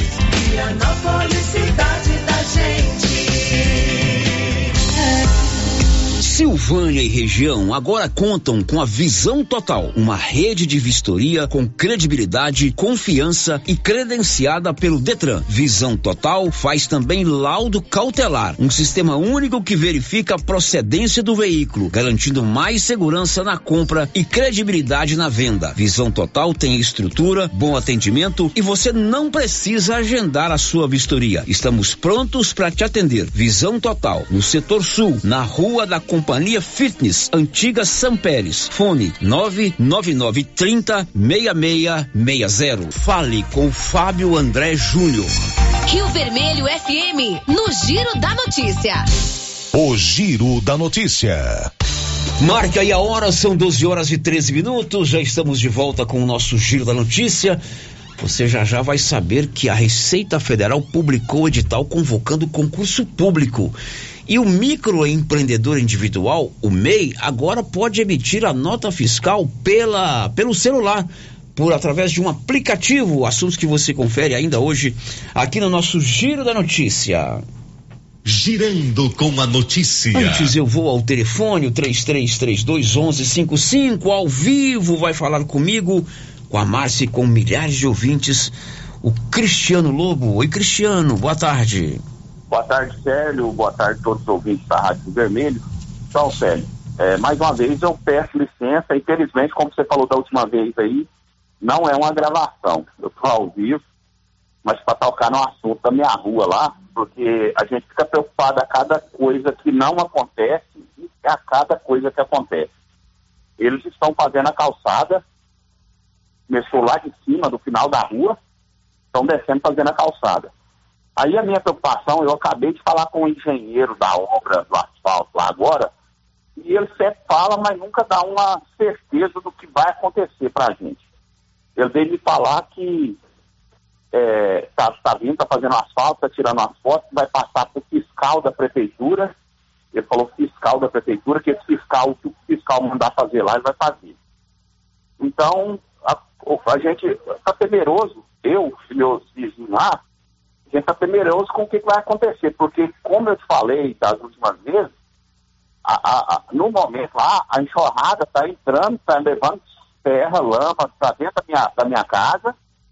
Vianópolis, cidade da gente. Silvânia e região agora contam com a Visão Total, uma rede de vistoria com credibilidade, confiança e credenciada pelo Detran. Visão Total faz também laudo cautelar, um sistema único que verifica a procedência do veículo, garantindo mais segurança na compra e credibilidade na venda. Visão Total tem estrutura, bom atendimento e você não precisa agendar a sua vistoria. Estamos prontos para te atender. Visão Total, no setor sul, na Rua da Companhia Fitness, Antiga São Pérez. Fone nove nove nove três zero seis seis seis zero. Fale com Fábio André Júnior. Rio Vermelho F M, no Giro da Notícia. O Giro da Notícia. Marque aí a hora, são doze horas e treze minutos, já estamos de volta com o nosso Giro da Notícia. Você já já vai saber que a Receita Federal publicou o edital convocando concurso público. E o microempreendedor individual, o M E I, agora pode emitir a nota fiscal pela, pelo celular, por através de um aplicativo, assuntos que você confere ainda hoje aqui no nosso Giro da Notícia. Girando com a notícia. Antes eu vou ao telefone, o três três três dois um um cinco cinco, ao vivo vai falar comigo, com a Márcia e com milhares de ouvintes, o Cristiano Lobo. Oi, Cristiano, boa tarde. Boa tarde, Célio. Boa tarde a todos os ouvintes da Rádio Vermelho. Então, Célio, é, mais uma vez eu peço licença. Infelizmente, como você falou da última vez aí, não é uma gravação. Eu estou ao vivo, mas para tocar no assunto da minha rua lá, porque a gente fica preocupado a cada coisa que não acontece e a cada coisa que acontece. Eles estão fazendo a calçada, começou lá de cima, do final da rua, estão descendo fazendo a calçada. Aí a minha preocupação, eu acabei de falar com o engenheiro da obra do asfalto lá agora, e ele sempre fala, mas nunca dá uma certeza do que vai acontecer para a gente. Ele veio me falar que é, tá, tá vindo, tá fazendo asfalto, tá tirando as fotos, vai passar para o fiscal da prefeitura. Ele falou fiscal da prefeitura, que esse fiscal, o que o fiscal mandar fazer lá, ele vai fazer. Então, a, a gente está temeroso, eu e meus vizinhos lá, a gente está temeroso com o que, que vai acontecer, porque, como eu te falei das últimas vezes, a, a, a, no momento lá, a enxurrada está entrando, está levando terra, lama para dentro da minha, da minha casa,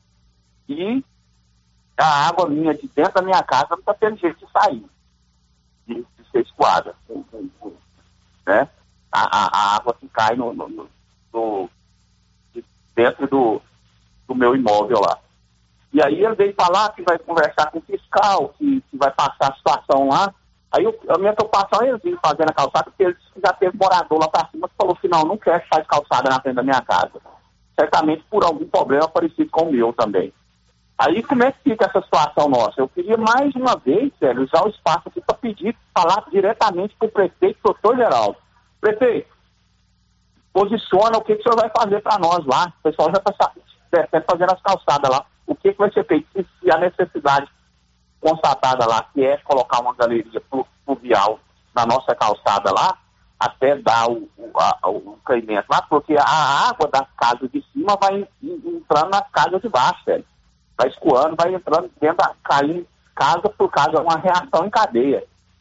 e a água minha de dentro da minha casa não está tendo jeito de sair, de, de ser escoada, né? A, a, a água que cai no, no, no, no, de dentro do, do meu imóvel lá. E aí ele veio falar que vai conversar com o fiscal, que, que vai passar a situação lá. Aí eu, a minha preocupação é eles virem fazendo a calçada, porque eles já teve morador lá para cima que falou que não, não quer que faz calçada na frente da minha casa. Certamente por algum problema parecido com o meu também. Aí como é que fica essa situação nossa? Eu queria mais uma vez, sério, usar o espaço aqui para pedir, falar diretamente para o prefeito, doutor Geraldo. Prefeito, posiciona o que, que o senhor vai fazer para nós lá. O pessoal já está descendo fazendo as calçadas lá. O que, que vai ser feito? Se, se a necessidade constatada lá, que é colocar uma galeria pluvial na nossa calçada lá, até dar o, o, a, o caimento lá, porque a água das casas de cima vai entrando nas casas de baixo, velho. Vai escoando, vai entrando dentro da caindo casa por casa, uma reação em cadeia.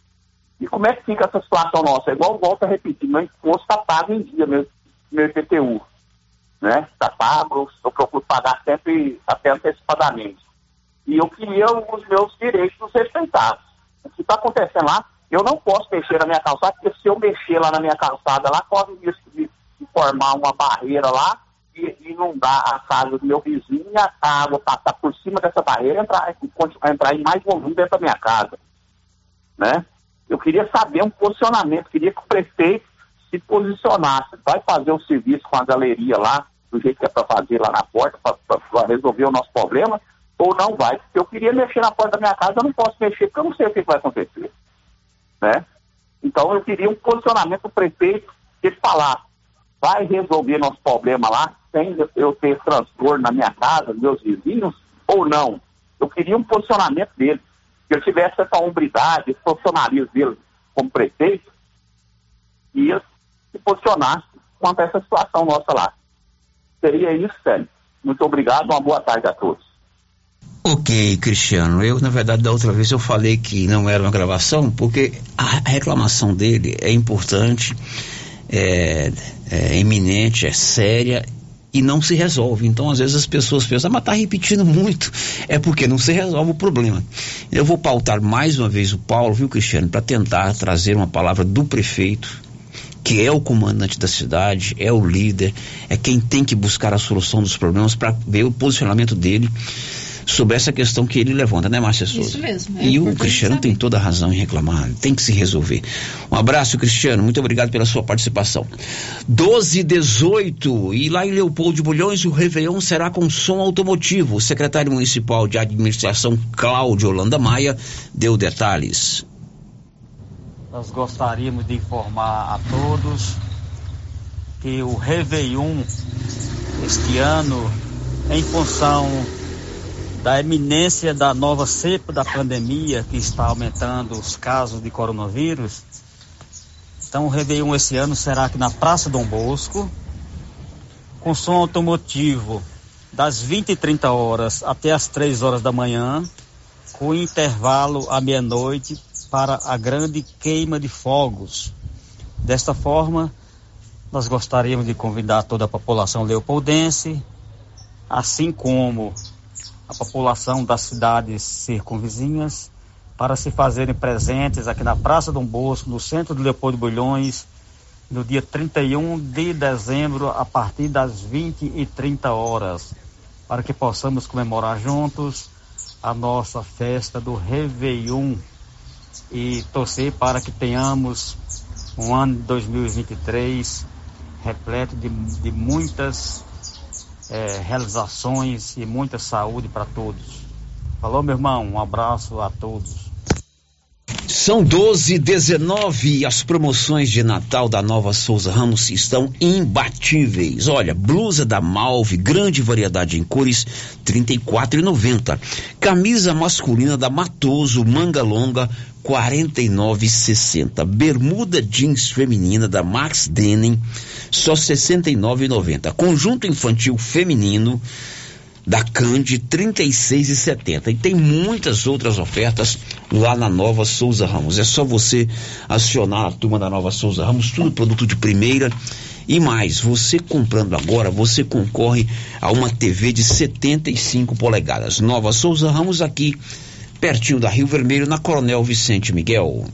E como é que fica essa situação nossa? É igual, volta a repetir, meu imposto está pago em dia, meu, meu I P T U. Né? Está pago, eu procuro pagar sempre até antecipadamente. E eu queria os meus direitos respeitados. O que está acontecendo lá, eu não posso mexer na minha calçada, porque se eu mexer lá na minha calçada, lá corre o risco de, de formar uma barreira lá e inundar a casa do meu vizinho e a água passar por cima dessa barreira e entrar, entrar em mais volume dentro da minha casa. Né? Eu queria saber um posicionamento, queria que o prefeito se posicionasse, vai fazer o serviço com a galeria lá, do jeito que é para fazer lá na porta, para resolver o nosso problema, ou não vai. Se eu queria mexer na porta da minha casa, eu não posso mexer, porque eu não sei o que vai acontecer. Né? Então eu queria um posicionamento do prefeito, que ele falar, vai resolver nosso problema lá, sem eu ter transtorno na minha casa, meus vizinhos, ou não. Eu queria um posicionamento dele, que ele tivesse essa hombridade, esse profissionalismo dele como prefeito, e ele se posicionasse quanto a essa situação nossa lá. Seria isso, Célio. Muito obrigado, uma boa tarde a todos. Ok, Cristiano, eu na verdade da outra vez eu falei que não era uma gravação, porque a, a reclamação dele é importante, é, é iminente, é séria e não se resolve. Então às vezes as pessoas pensam, ah, mas tá repetindo muito, é porque não se resolve o problema. Eu vou pautar mais uma vez o Paulo, viu, Cristiano, para tentar trazer uma palavra do prefeito, que é o comandante da cidade, é o líder, é quem tem que buscar a solução dos problemas, para ver o posicionamento dele sobre essa questão que ele levanta, né, Márcia Souza? Isso mesmo. É e o Cristiano tem toda a razão em reclamar, tem que se resolver. Um abraço, Cristiano, muito obrigado pela sua participação. doze e dezoito, e lá em Leopoldo de Bulhões o Réveillon será com som automotivo. O secretário municipal de administração, Cláudio Holanda Maia, deu detalhes. Nós gostaríamos de informar a todos que o Réveillon este ano, em função da eminência da nova cepa da pandemia que está aumentando os casos de coronavírus, então o Réveillon esse ano será aqui na Praça Dom Bosco, com som automotivo das vinte e trinta horas até as três horas da manhã, com intervalo à meia-noite para a grande queima de fogos. Desta forma, nós gostaríamos de convidar toda a população leopoldense, assim como a população das cidades circunvizinhas, para se fazerem presentes aqui na Praça Dom Bosco, no centro de Leopoldo de Bulhões, no dia trinta e um de dezembro, a partir das vinte e trinta horas, para que possamos comemorar juntos a nossa festa do Réveillon e torcer para que tenhamos um ano de dois mil e vinte e três repleto de, de muitas é, realizações e muita saúde para todos. Falou, meu irmão, um abraço a todos. São doze e dezenove e as promoções de Natal da Nova Souza Ramos estão imbatíveis. Olha, blusa da Malve, grande variedade em cores, trinta e quatro reais e noventa centavos. Camisa masculina da Matoso, manga longa, quarenta e nove reais e sessenta centavos. Bermuda jeans feminina da Max Denim, só sessenta e nove reais e noventa centavos. Conjunto infantil feminino da Cande, trinta e seis reais e setenta centavos. E tem muitas outras ofertas lá na Nova Souza Ramos. É só você acionar a turma da Nova Souza Ramos, tudo produto de primeira. E mais, você comprando agora, você concorre a uma T V de setenta e cinco polegadas. Nova Souza Ramos, aqui pertinho da Rio Vermelho, na Coronel Vicente Miguel.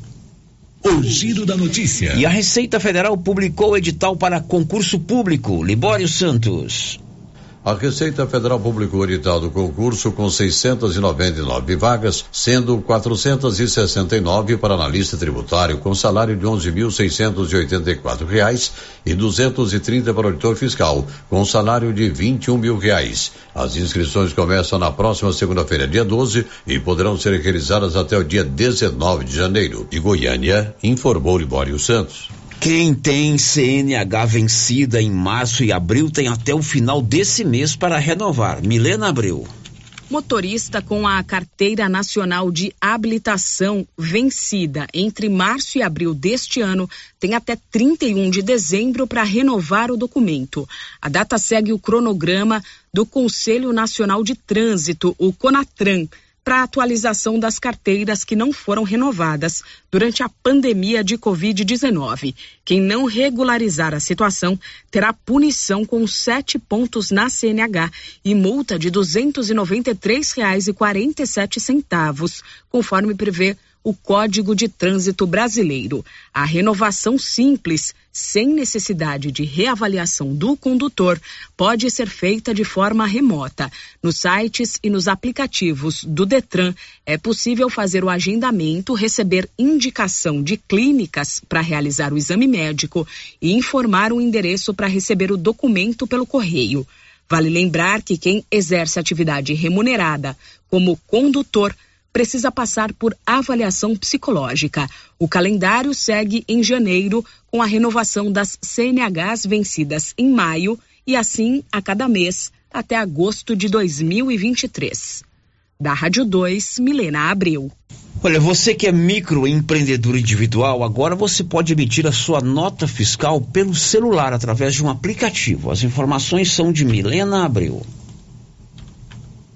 O giro da notícia. E a Receita Federal publicou o edital para concurso público. Libório Santos. A Receita Federal publicou o edital do concurso com seiscentas e noventa e nove vagas, sendo quatrocentas e sessenta e nove para analista tributário com salário de onze mil seiscentos e oitenta e quatro reais e duzentos e trinta para auditor fiscal com salário de vinte e um mil reais. As inscrições começam na próxima segunda-feira, dia doze, e poderão ser realizadas até o dia dezenove de janeiro. De Goiânia, informou Libório Santos. Quem tem C N H vencida em março e abril tem até o final desse mês para renovar. Milena Abreu. Motorista com a Carteira Nacional de Habilitação vencida entre março e abril deste ano tem até trinta e um de dezembro para renovar o documento. A data segue o cronograma do Conselho Nacional de Trânsito, o CONATRAN, para a atualização das carteiras que não foram renovadas durante a pandemia de covid dezenove. Quem não regularizar a situação terá punição com sete pontos na C N H e multa de duzentos e noventa e três reais e quarenta e sete centavos, conforme prevê o Código de Trânsito Brasileiro. A renovação simples, sem necessidade de reavaliação do condutor, pode ser feita de forma remota. Nos sites e nos aplicativos do Detran é possível fazer o agendamento, receber indicação de clínicas para realizar o exame médico e informar o endereço para receber o documento pelo correio. Vale lembrar que quem exerce atividade remunerada como condutor precisa passar por avaliação psicológica. O calendário segue em janeiro com a renovação das C N Hs vencidas em maio e assim a cada mês até agosto de dois mil e vinte e três. Da Rádio dois, Milena Abreu. Olha, você que é microempreendedor individual, agora você pode emitir a sua nota fiscal pelo celular através de um aplicativo. As informações são de Milena Abreu.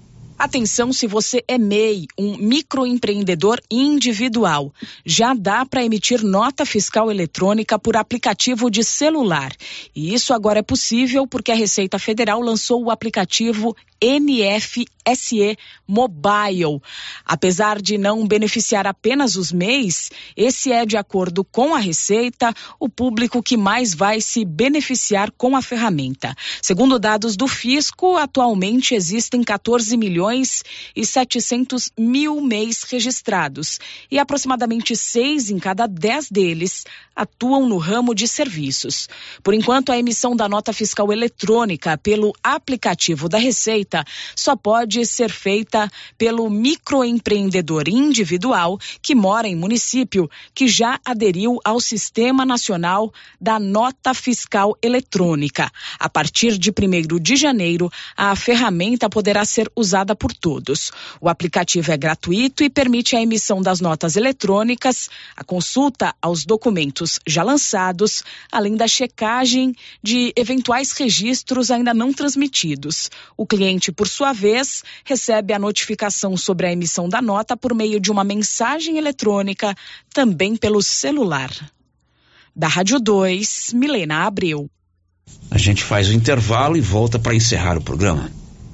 Atenção se você é M E I, um microempreendedor individual. Já dá para emitir nota fiscal eletrônica por aplicativo de celular. E isso agora é possível porque a Receita Federal lançou o aplicativo N F S E Mobile. Apesar de não beneficiar apenas os M E Is, esse é, de acordo com a Receita, o público que mais vai se beneficiar com a ferramenta. Segundo dados do Fisco, atualmente existem quatorze milhões e setecentos mil M E Is registrados e aproximadamente seis em cada dez deles atuam no ramo de serviços. Por enquanto, a emissão da nota fiscal eletrônica pelo aplicativo da Receita só pode ser feita pelo microempreendedor individual que mora em município que já aderiu ao Sistema Nacional da Nota Fiscal Eletrônica. A partir de primeiro de janeiro, a ferramenta poderá ser usada por todos. O aplicativo é gratuito e permite a emissão das notas eletrônicas, a consulta aos documentos já lançados, além da checagem de eventuais registros ainda não transmitidos. O cliente, por sua vez, recebe a notificação sobre a emissão da nota por meio de uma mensagem eletrônica, também pelo celular. Da Rádio dois, Milena Abreu. A gente faz o intervalo e volta para encerrar o programa.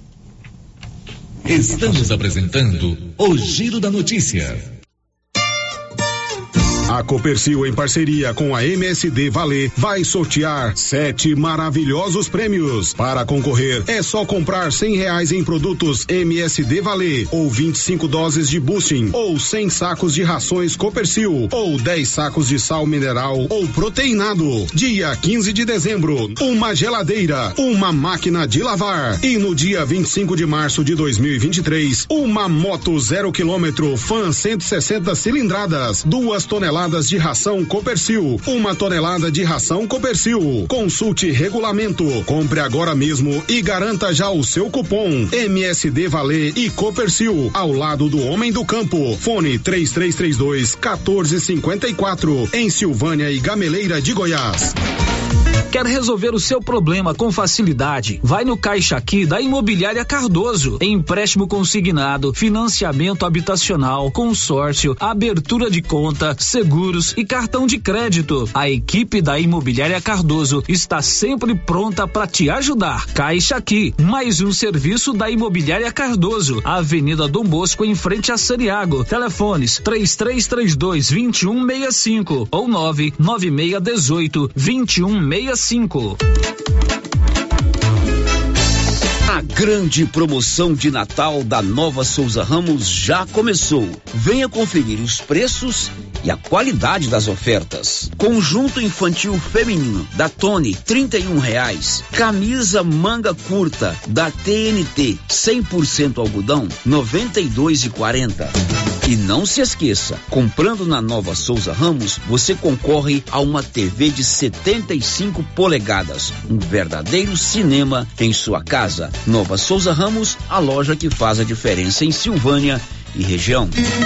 Estamos apresentando o Giro da Notícia. A Copercil, em parceria com a M S D Valer, vai sortear sete maravilhosos prêmios. Para concorrer, é só comprar cem reais em produtos M S D Valer, ou vinte e cinco doses de boosting, ou cem sacos de rações Copercil, ou dez sacos de sal mineral ou proteinado. Dia quinze de dezembro, uma geladeira, uma máquina de lavar. E no dia vinte e cinco de março de dois mil e vinte e três, uma moto zero quilômetro Fan cento e sessenta cilindradas, duas toneladas de ração Copercil, uma tonelada de ração Copercil. Consulte regulamento, compre agora mesmo e garanta já o seu cupom. M S D Valer e Copercil, ao lado do homem do campo. Fone três três três dois, um quatro cinco quatro, em Silvânia e Gameleira de Goiás. Quer resolver o seu problema com facilidade? Vai no Caixa Aqui da Imobiliária Cardoso. Empréstimo consignado, financiamento habitacional, consórcio, abertura de conta, seguros e cartão de crédito. A equipe da Imobiliária Cardoso está sempre pronta para te ajudar. Caixa Aqui, mais um serviço da Imobiliária Cardoso. Avenida Dom Bosco, em frente a Saniago. Telefones três três três dois, dois um seis cinco ou nove nove seis um oito, dois um seis cinco. A grande promoção de Natal da Nova Souza Ramos já começou. Venha conferir os preços e a qualidade das ofertas. Conjunto infantil feminino da Tony, trinta e um reais. Camisa manga curta da T N T, cem por cento algodão, noventa e dois e quarenta. E não se esqueça, comprando na Nova Souza Ramos, você concorre a uma T V de setenta e cinco polegadas, um verdadeiro cinema em sua casa. Nova Souza Ramos, a loja que faz a diferença em Silvânia e região.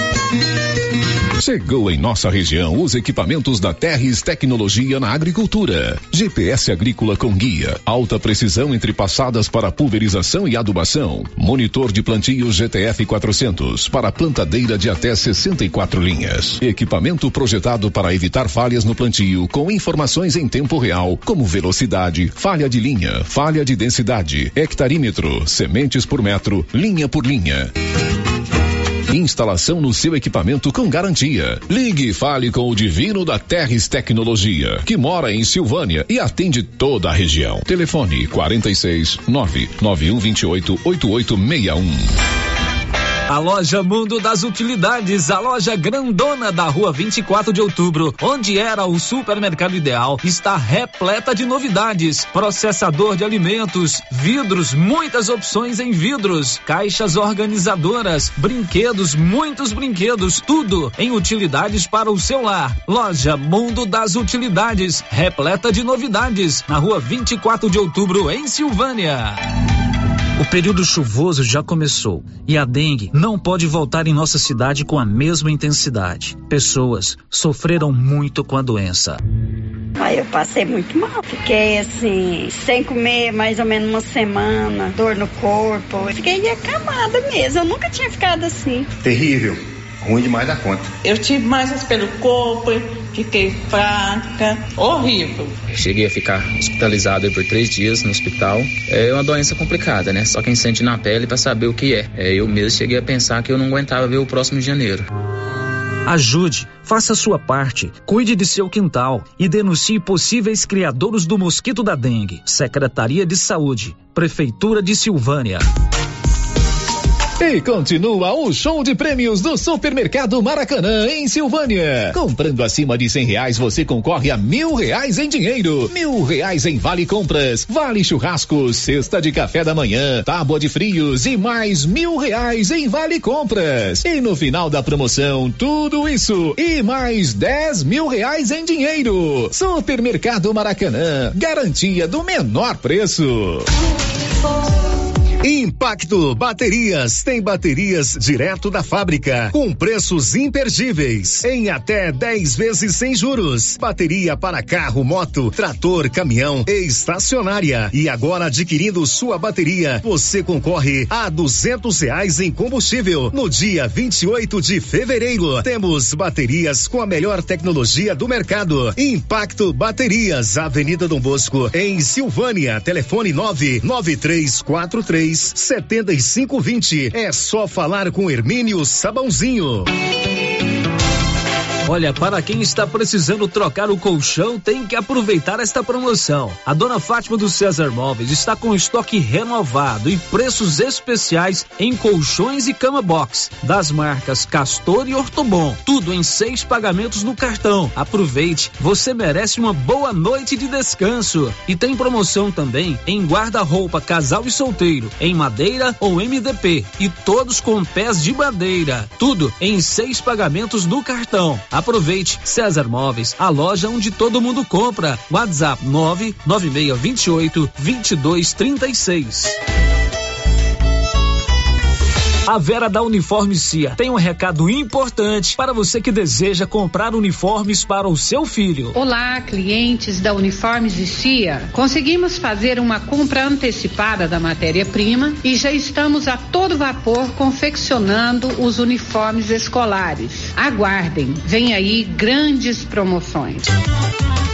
Chegou em nossa região os equipamentos da Terres Tecnologia na Agricultura. G P S agrícola com guia, alta precisão entre passadas para pulverização e adubação. Monitor de plantio G T F quatrocentos para plantadeira de até sessenta e quatro linhas. Equipamento projetado para evitar falhas no plantio com informações em tempo real, como velocidade, falha de linha, falha de densidade, hectarímetro, sementes por metro, linha por linha. Instalação no seu equipamento com garantia. Ligue e fale com o Divino da Terres Tecnologia, que mora em Silvânia e atende toda a região. Telefone quarenta e seis, nove nove um dois oito, oito oito seis um. A loja Mundo das Utilidades, a loja grandona da rua vinte e quatro de outubro, onde era o supermercado ideal, está repleta de novidades. Processador de alimentos, vidros, muitas opções em vidros, caixas organizadoras, brinquedos, muitos brinquedos, tudo em utilidades para o seu lar. Loja Mundo das Utilidades, repleta de novidades, na rua vinte e quatro de outubro, em Silvânia. O período chuvoso já começou e a dengue não pode voltar em nossa cidade com a mesma intensidade. Pessoas sofreram muito com a doença. Aí eu passei muito mal. Fiquei assim, sem comer mais ou menos uma semana, dor no corpo. Eu fiquei acamada mesmo. Eu nunca tinha ficado assim. Terrível. Ruim demais da conta. Eu tive mais pelo corpo, fiquei fraca, horrível. Eu cheguei a ficar hospitalizado por três dias no hospital. É uma doença complicada, né? Só quem sente na pele pra saber o que é. é. Eu mesmo cheguei a pensar que eu não aguentava ver o próximo de janeiro. Ajude, faça a sua parte, cuide de seu quintal e denuncie possíveis criadouros do mosquito da dengue. Secretaria de Saúde, Prefeitura de Silvânia. E continua o show de prêmios do Supermercado Maracanã, em Silvânia. Comprando acima de cem reais, você concorre a mil reais em dinheiro, mil reais em vale compras, vale churrasco, cesta de café da manhã, tábua de frios e mais mil reais em vale compras. E no final da promoção, tudo isso e mais dez mil reais em dinheiro. Supermercado Maracanã, garantia do menor preço. Impacto Baterias tem baterias direto da fábrica com preços imperdíveis em até dez vezes sem juros. Bateria para carro, moto, trator, caminhão e estacionária. E agora adquirindo sua bateria, você concorre a duzentos reais em combustível. No dia vinte e oito de fevereiro, temos baterias com a melhor tecnologia do mercado. Impacto Baterias, Avenida Dom Bosco, em Silvânia. Telefone nove nove três quatro três setenta e cinco vinte. É só falar com Hermínio Sabãozinho. Olha, para quem está precisando trocar o colchão, tem que aproveitar esta promoção. A dona Fátima do César Móveis está com estoque renovado e preços especiais em colchões e cama box, das marcas Castor e Ortobon. Tudo em seis pagamentos no cartão. Aproveite, você merece uma boa noite de descanso. E tem promoção também em guarda-roupa casal e solteiro, em madeira ou M D P. E todos com pés de madeira. Tudo em seis pagamentos no cartão. Aproveite, César Móveis, a loja onde todo mundo compra. WhatsApp nove nove seis dois oito, dois dois três seis. A Vera da Uniforme Cia tem um recado importante para você que deseja comprar uniformes para o seu filho. Olá, clientes da Uniformes Cia. Conseguimos fazer uma compra antecipada da matéria-prima e já estamos a todo vapor confeccionando os uniformes escolares. Aguardem, vem aí grandes promoções.